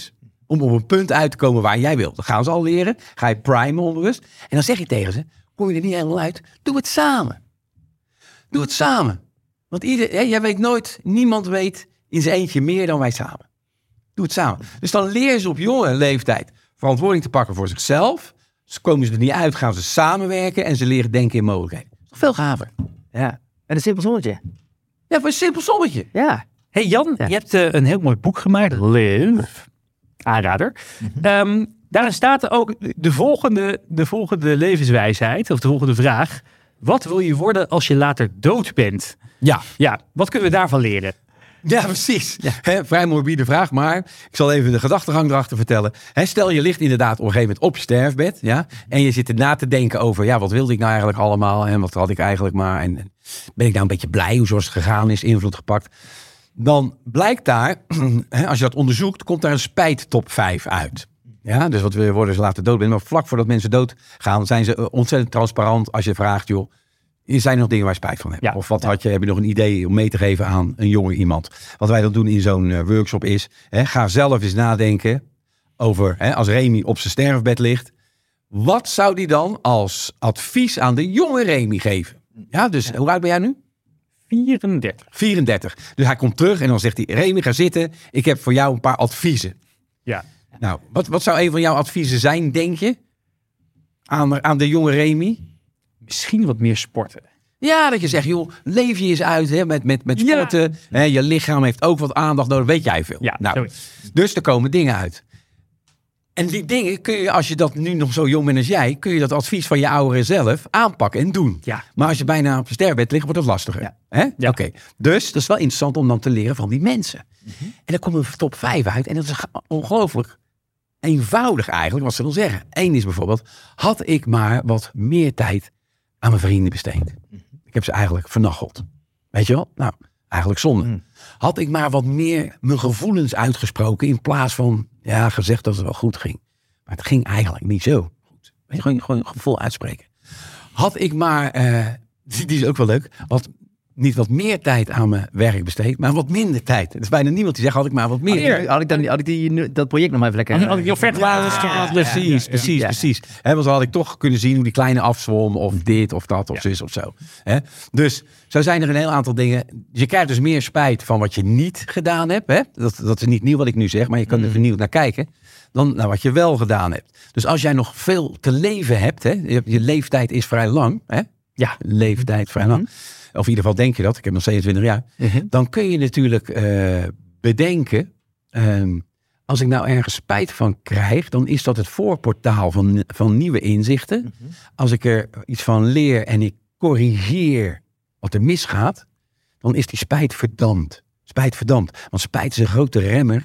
om op een punt uit te komen waar jij wilt. Dat gaan ze al leren. Ga je primen onbewust. En dan zeg je tegen ze, kom je er niet helemaal uit. Doe het samen. Doe het samen. Want jij weet nooit, niemand weet in zijn eentje meer dan wij samen. Doe het samen. Dus dan leren ze op jonge leeftijd verantwoording te pakken voor zichzelf. Dus komen ze er niet uit, gaan ze samenwerken en ze leren denken in mogelijkheden. Dat is nog veel gaver. Ja, en een simpel sommetje. Ja, voor een simpel sommetje. Ja. Hey Jan, je hebt een heel mooi boek gemaakt. Live. Aanrader. Daarin staat er ook de volgende levenswijsheid, of de volgende vraag. Wat wil je worden als je later dood bent? Ja, wat kunnen we daarvan leren? Ja, precies. Ja. Vrij morbide vraag, maar ik zal even de gedachtegang erachter vertellen. Stel je ligt inderdaad op een gegeven moment op je sterfbed. Ja, en je zit na te denken over, wat wilde ik nou eigenlijk allemaal? En wat had ik eigenlijk maar? En ben ik nou een beetje blij hoe zoals het gegaan is, invloed gepakt? Dan blijkt daar, als je dat onderzoekt, komt daar een spijt top 5 uit. Ja, dus wat wil je worden als je later dood bent? Maar vlak voordat mensen doodgaan, zijn ze ontzettend transparant als je vraagt, joh, zijn er nog dingen waar je spijt van hebt? Ja, of heb je nog een idee om mee te geven aan een jonge iemand? Wat wij dan doen in zo'n workshop is, ga zelf eens nadenken over, als Remy op zijn sterfbed ligt, wat zou die dan als advies aan de jonge Remy geven? Ja, dus hoe oud ben jij nu? 34. Dus hij komt terug en dan zegt hij, Remy, ga zitten. Ik heb voor jou een paar adviezen. Ja. Nou, wat zou een van jouw adviezen zijn, denk je? Aan de jonge Remy? Misschien wat meer sporten. Ja, dat je zegt, joh, leef je eens uit met sporten. Ja. Je lichaam heeft ook wat aandacht nodig, weet jij veel. Ja, dus er komen dingen uit. En die dingen kun je, als je dat nu nog zo jong bent als jij, kun je dat advies van je ouderen zelf aanpakken en doen. Ja. Maar als je bijna op je sterfbed ligt, wordt dat lastiger. Ja. Oké. Dus dat is wel interessant om dan te leren van die mensen. Mm-hmm. En dan komt een top 5 uit. En dat is ongelooflijk eenvoudig eigenlijk, wat ze wil zeggen. Eén is bijvoorbeeld, had ik maar wat meer tijd aan mijn vrienden besteed. Ik heb ze eigenlijk vernacheld. Weet je wel? Nou, eigenlijk zonde. Had ik maar wat meer mijn gevoelens uitgesproken in plaats van gezegd dat het wel goed ging. Maar het ging eigenlijk niet zo goed. Weet je, gewoon een gevoel uitspreken. Had ik maar, die is ook wel leuk, niet wat meer tijd aan mijn werk besteed, maar wat minder tijd. Er is bijna niemand die zegt, had ik maar wat meer. Had ik dat project nog maar even lekker. Had ik die offerte laten. Precies. Want dan had ik toch kunnen zien hoe die kleine afzwom, of dit, of dat, of zus, of zo. Dus zo zijn er een heel aantal dingen. Je krijgt dus meer spijt van wat je niet gedaan hebt. Dat is niet nieuw wat ik nu zeg, maar je kan er vernieuwd naar kijken. Dan naar wat je wel gedaan hebt. Dus als jij nog veel te leven hebt, je leeftijd is vrij lang. Ja, leeftijd vrij lang. Of in ieder geval denk je dat, ik heb nog 27 jaar. Dan kun je natuurlijk bedenken, als ik nou ergens spijt van krijg, dan is dat het voorportaal van nieuwe inzichten. Als ik er iets van leer en ik corrigeer wat er misgaat, dan is die spijt verdampt. Want spijt is een grote remmer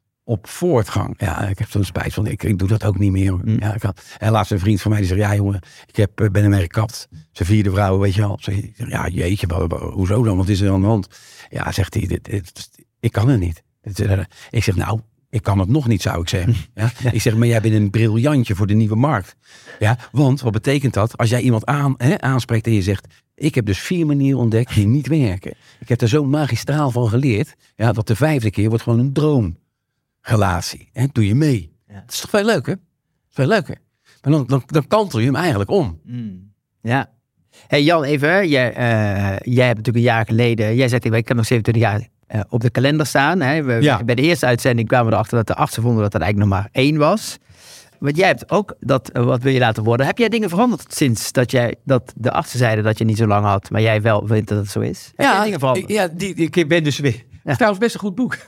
op voortgang. Ja, ik heb zo'n spijt van, ik doe dat ook niet meer. Ja, en laatst een vriend van mij die zegt, ja jongen, ben ermee gekapt. Zijn 4e vrouw, weet je wel. Ja, jeetje, hoezo dan? Wat is er aan de hand? Ja, zegt hij, ik kan het niet. Ik zeg, nou, ik kan het nog niet, zou ik zeggen. Ja? Ik zeg, maar jij bent een briljantje voor de nieuwe markt. Ja, want wat betekent dat? Als jij iemand aanspreekt en je zegt, ik heb dus 4 manieren ontdekt die niet werken. Ik heb er zo magistraal van geleerd, dat de 5e keer wordt gewoon een droomrelatie. Doe je mee. Ja. Dat is toch veel leuker? Veel leuker. Maar dan kantel je hem eigenlijk om. Ja. Hey Jan, even. Jij hebt natuurlijk een jaar geleden, jij zei, ik heb nog 27 jaar op de kalender staan. Bij de eerste uitzending kwamen we erachter dat de artsen vonden dat er eigenlijk nog maar 1 was. Want jij hebt ook wat wil je laten worden. Heb jij dingen veranderd sinds dat de artsen zeiden dat je niet zo lang had, maar jij wel vindt dat het zo is? Heb jij dingen veranderd? Ik ben dus weer. Ja. Trouwens best een goed boek.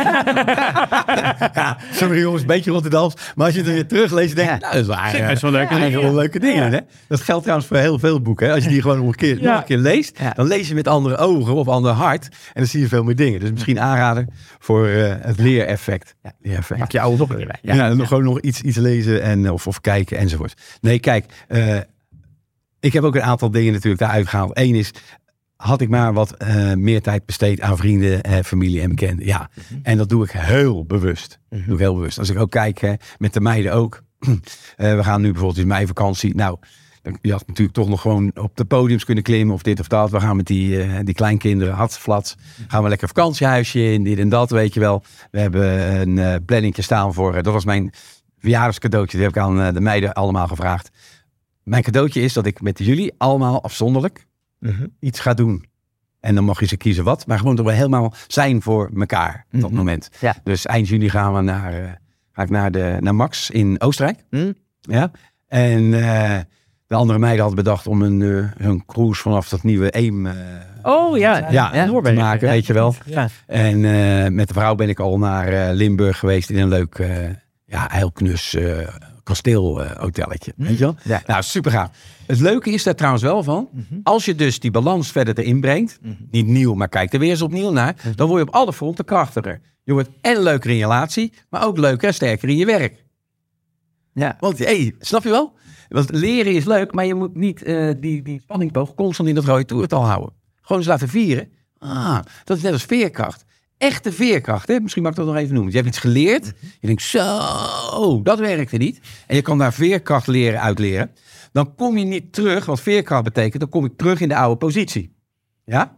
Sorry jongens, een beetje Rotterdams. Maar als je er weer terugleest, denk je, dat is wel leuke dingen. Hè? Dat geldt trouwens voor heel veel boeken. Hè? Als je die gewoon nog een keer leest, dan lees je met andere ogen of ander hart. En dan zie je veel meer dingen. Dus misschien aanraden voor het leereffect. Pak je oude boeken erbij. Gewoon nog iets lezen en of kijken enzovoort. Nee, kijk. Ik heb ook een aantal dingen natuurlijk daaruit gehaald. Eén is, had ik maar wat meer tijd besteed aan vrienden, familie en bekenden. Ja, en dat doe ik heel bewust. Als ik ook kijk, met de meiden ook. We gaan nu bijvoorbeeld in meivakantie. Nou, Je had natuurlijk toch nog gewoon op de podiums kunnen klimmen of dit of dat. We gaan met die kleinkinderen, hartflats. Gaan we lekker vakantiehuisje in, dit en dat, weet je wel. We hebben een planningje staan voor, dat was mijn verjaardagscadeautje. Die heb ik aan de meiden allemaal gevraagd. Mijn cadeautje is dat ik met jullie allemaal afzonderlijk iets ga doen. En dan mag je ze kiezen wat. Maar gewoon dat we helemaal zijn voor elkaar op dat moment. Ja. Dus eind juni gaan we ga ik naar Max in Oostenrijk. Ja. En de andere meiden hadden bedacht om een cruise vanaf dat nieuwe Eem te maken, weet je wel. Ja. En met de vrouw ben ik al naar Limburg geweest in een leuk, heel knus kasteelhotelletje. Weet je wel? Ja. Nou, super gaaf. Het leuke is daar trouwens wel van, als je dus die balans verder erin brengt, niet nieuw, maar kijk er weer eens opnieuw naar, dan word je op alle fronten krachtiger. Je wordt en leuker in je relatie, maar ook leuker en sterker in je werk. Ja. Want, snap je wel? Want leren is leuk, maar je moet niet die spanningsboog constant in dat rode toertal houden. Gewoon eens laten vieren. Dat is net als veerkracht. Echte veerkracht, hè? Misschien mag ik dat nog even noemen. Je hebt iets geleerd. Je denkt, zo, dat werkte niet. En je kan daar veerkracht uitleren. Dan kom je niet terug, wat veerkracht betekent, dan kom ik terug in de oude positie. Ja?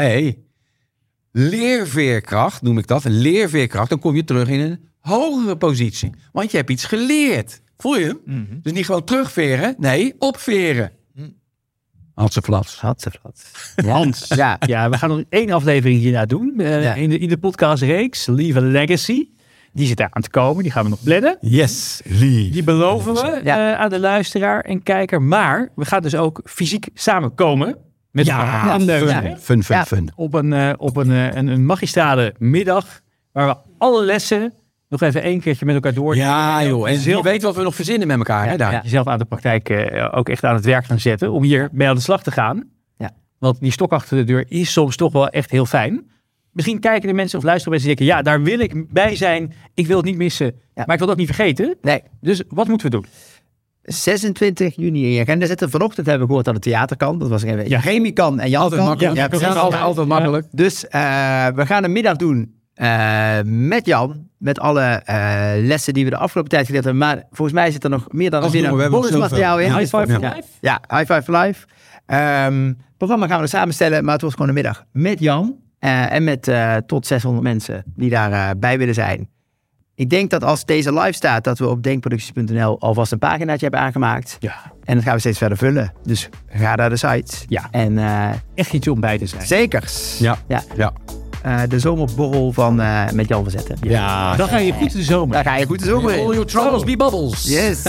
Leerveerkracht noem ik dat. Leerveerkracht, dan kom je terug in een hogere positie. Want je hebt iets geleerd. Voel je hem? Dus niet gewoon terugveren, nee, opveren. Hatseflats. Ja. Hans. Ja, we gaan nog 1 aflevering hierna doen. In de podcastreeks Leave a Legacy. Die zit daar aan te komen. Die gaan we nog plannen. Yes, die beloven we aan de luisteraar en kijker. Maar we gaan dus ook fysiek samenkomen. Met fun. Op een magistrale middag. Waar we alle lessen nog even 1 keertje met elkaar door. Ja joh, en je weet wat we nog verzinnen met elkaar. Hè, daar. Jezelf aan de praktijk ook echt aan het werk gaan zetten. Om hier mee aan de slag te gaan. Ja. Want die stok achter de deur is soms toch wel echt heel fijn. Misschien kijken de mensen of luisteren mensen die denken, daar wil ik bij zijn. Ik wil het niet missen. Ja. Maar ik wil het ook niet vergeten. Nee. Dus wat moeten we doen? 26 juni in je agenda zetten. Vanochtend hebben we gehoord dat het theater kan. Dat was even Remy kan en Jan altijd kan. Makkelijk. Altijd makkelijk. Dus we gaan een middag doen met Jan. Met alle lessen die we de afgelopen tijd geleerd hebben. Maar volgens mij zit er nog meer dan een bonusmateriaal in. High Five for Life. Ja, High Five for Life. Het programma gaan we samenstellen. Maar het wordt gewoon een middag met Jan. En met tot 600 mensen die daarbij willen zijn. Ik denk dat als deze live staat, dat we op denkproducties.nl alvast een paginaatje hebben aangemaakt. Ja. En dat gaan we steeds verder vullen. Dus ga naar de site. Ja. En echt iets om bij te zijn. Zeker. Ja. De zomerborrel met Jan Verzetten. Ja. Dan ga je goed de zomer. Dan ga je goed de zomer. All your troubles be bubbles. Yes.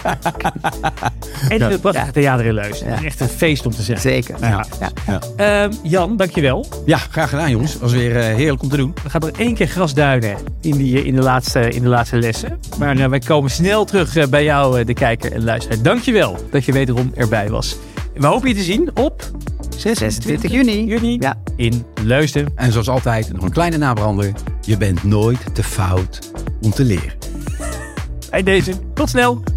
En het prachtige theater in Leus. Ja. Echt een feest om te zeggen. Zeker. Ja. Jan, dankjewel. Ja, graag gedaan jongens. Het was weer heerlijk om te doen. We gaan nog 1 keer grasduinen in de laatste lessen. Maar wij komen snel terug bij jou, de kijker en luisteraar. Dankjewel dat je wederom erbij was. We hopen je te zien op 26 juni. Ja. In Leusden. En zoals altijd, nog een kleine nabrander. Je bent nooit te fout om te leren. Bij deze, tot snel.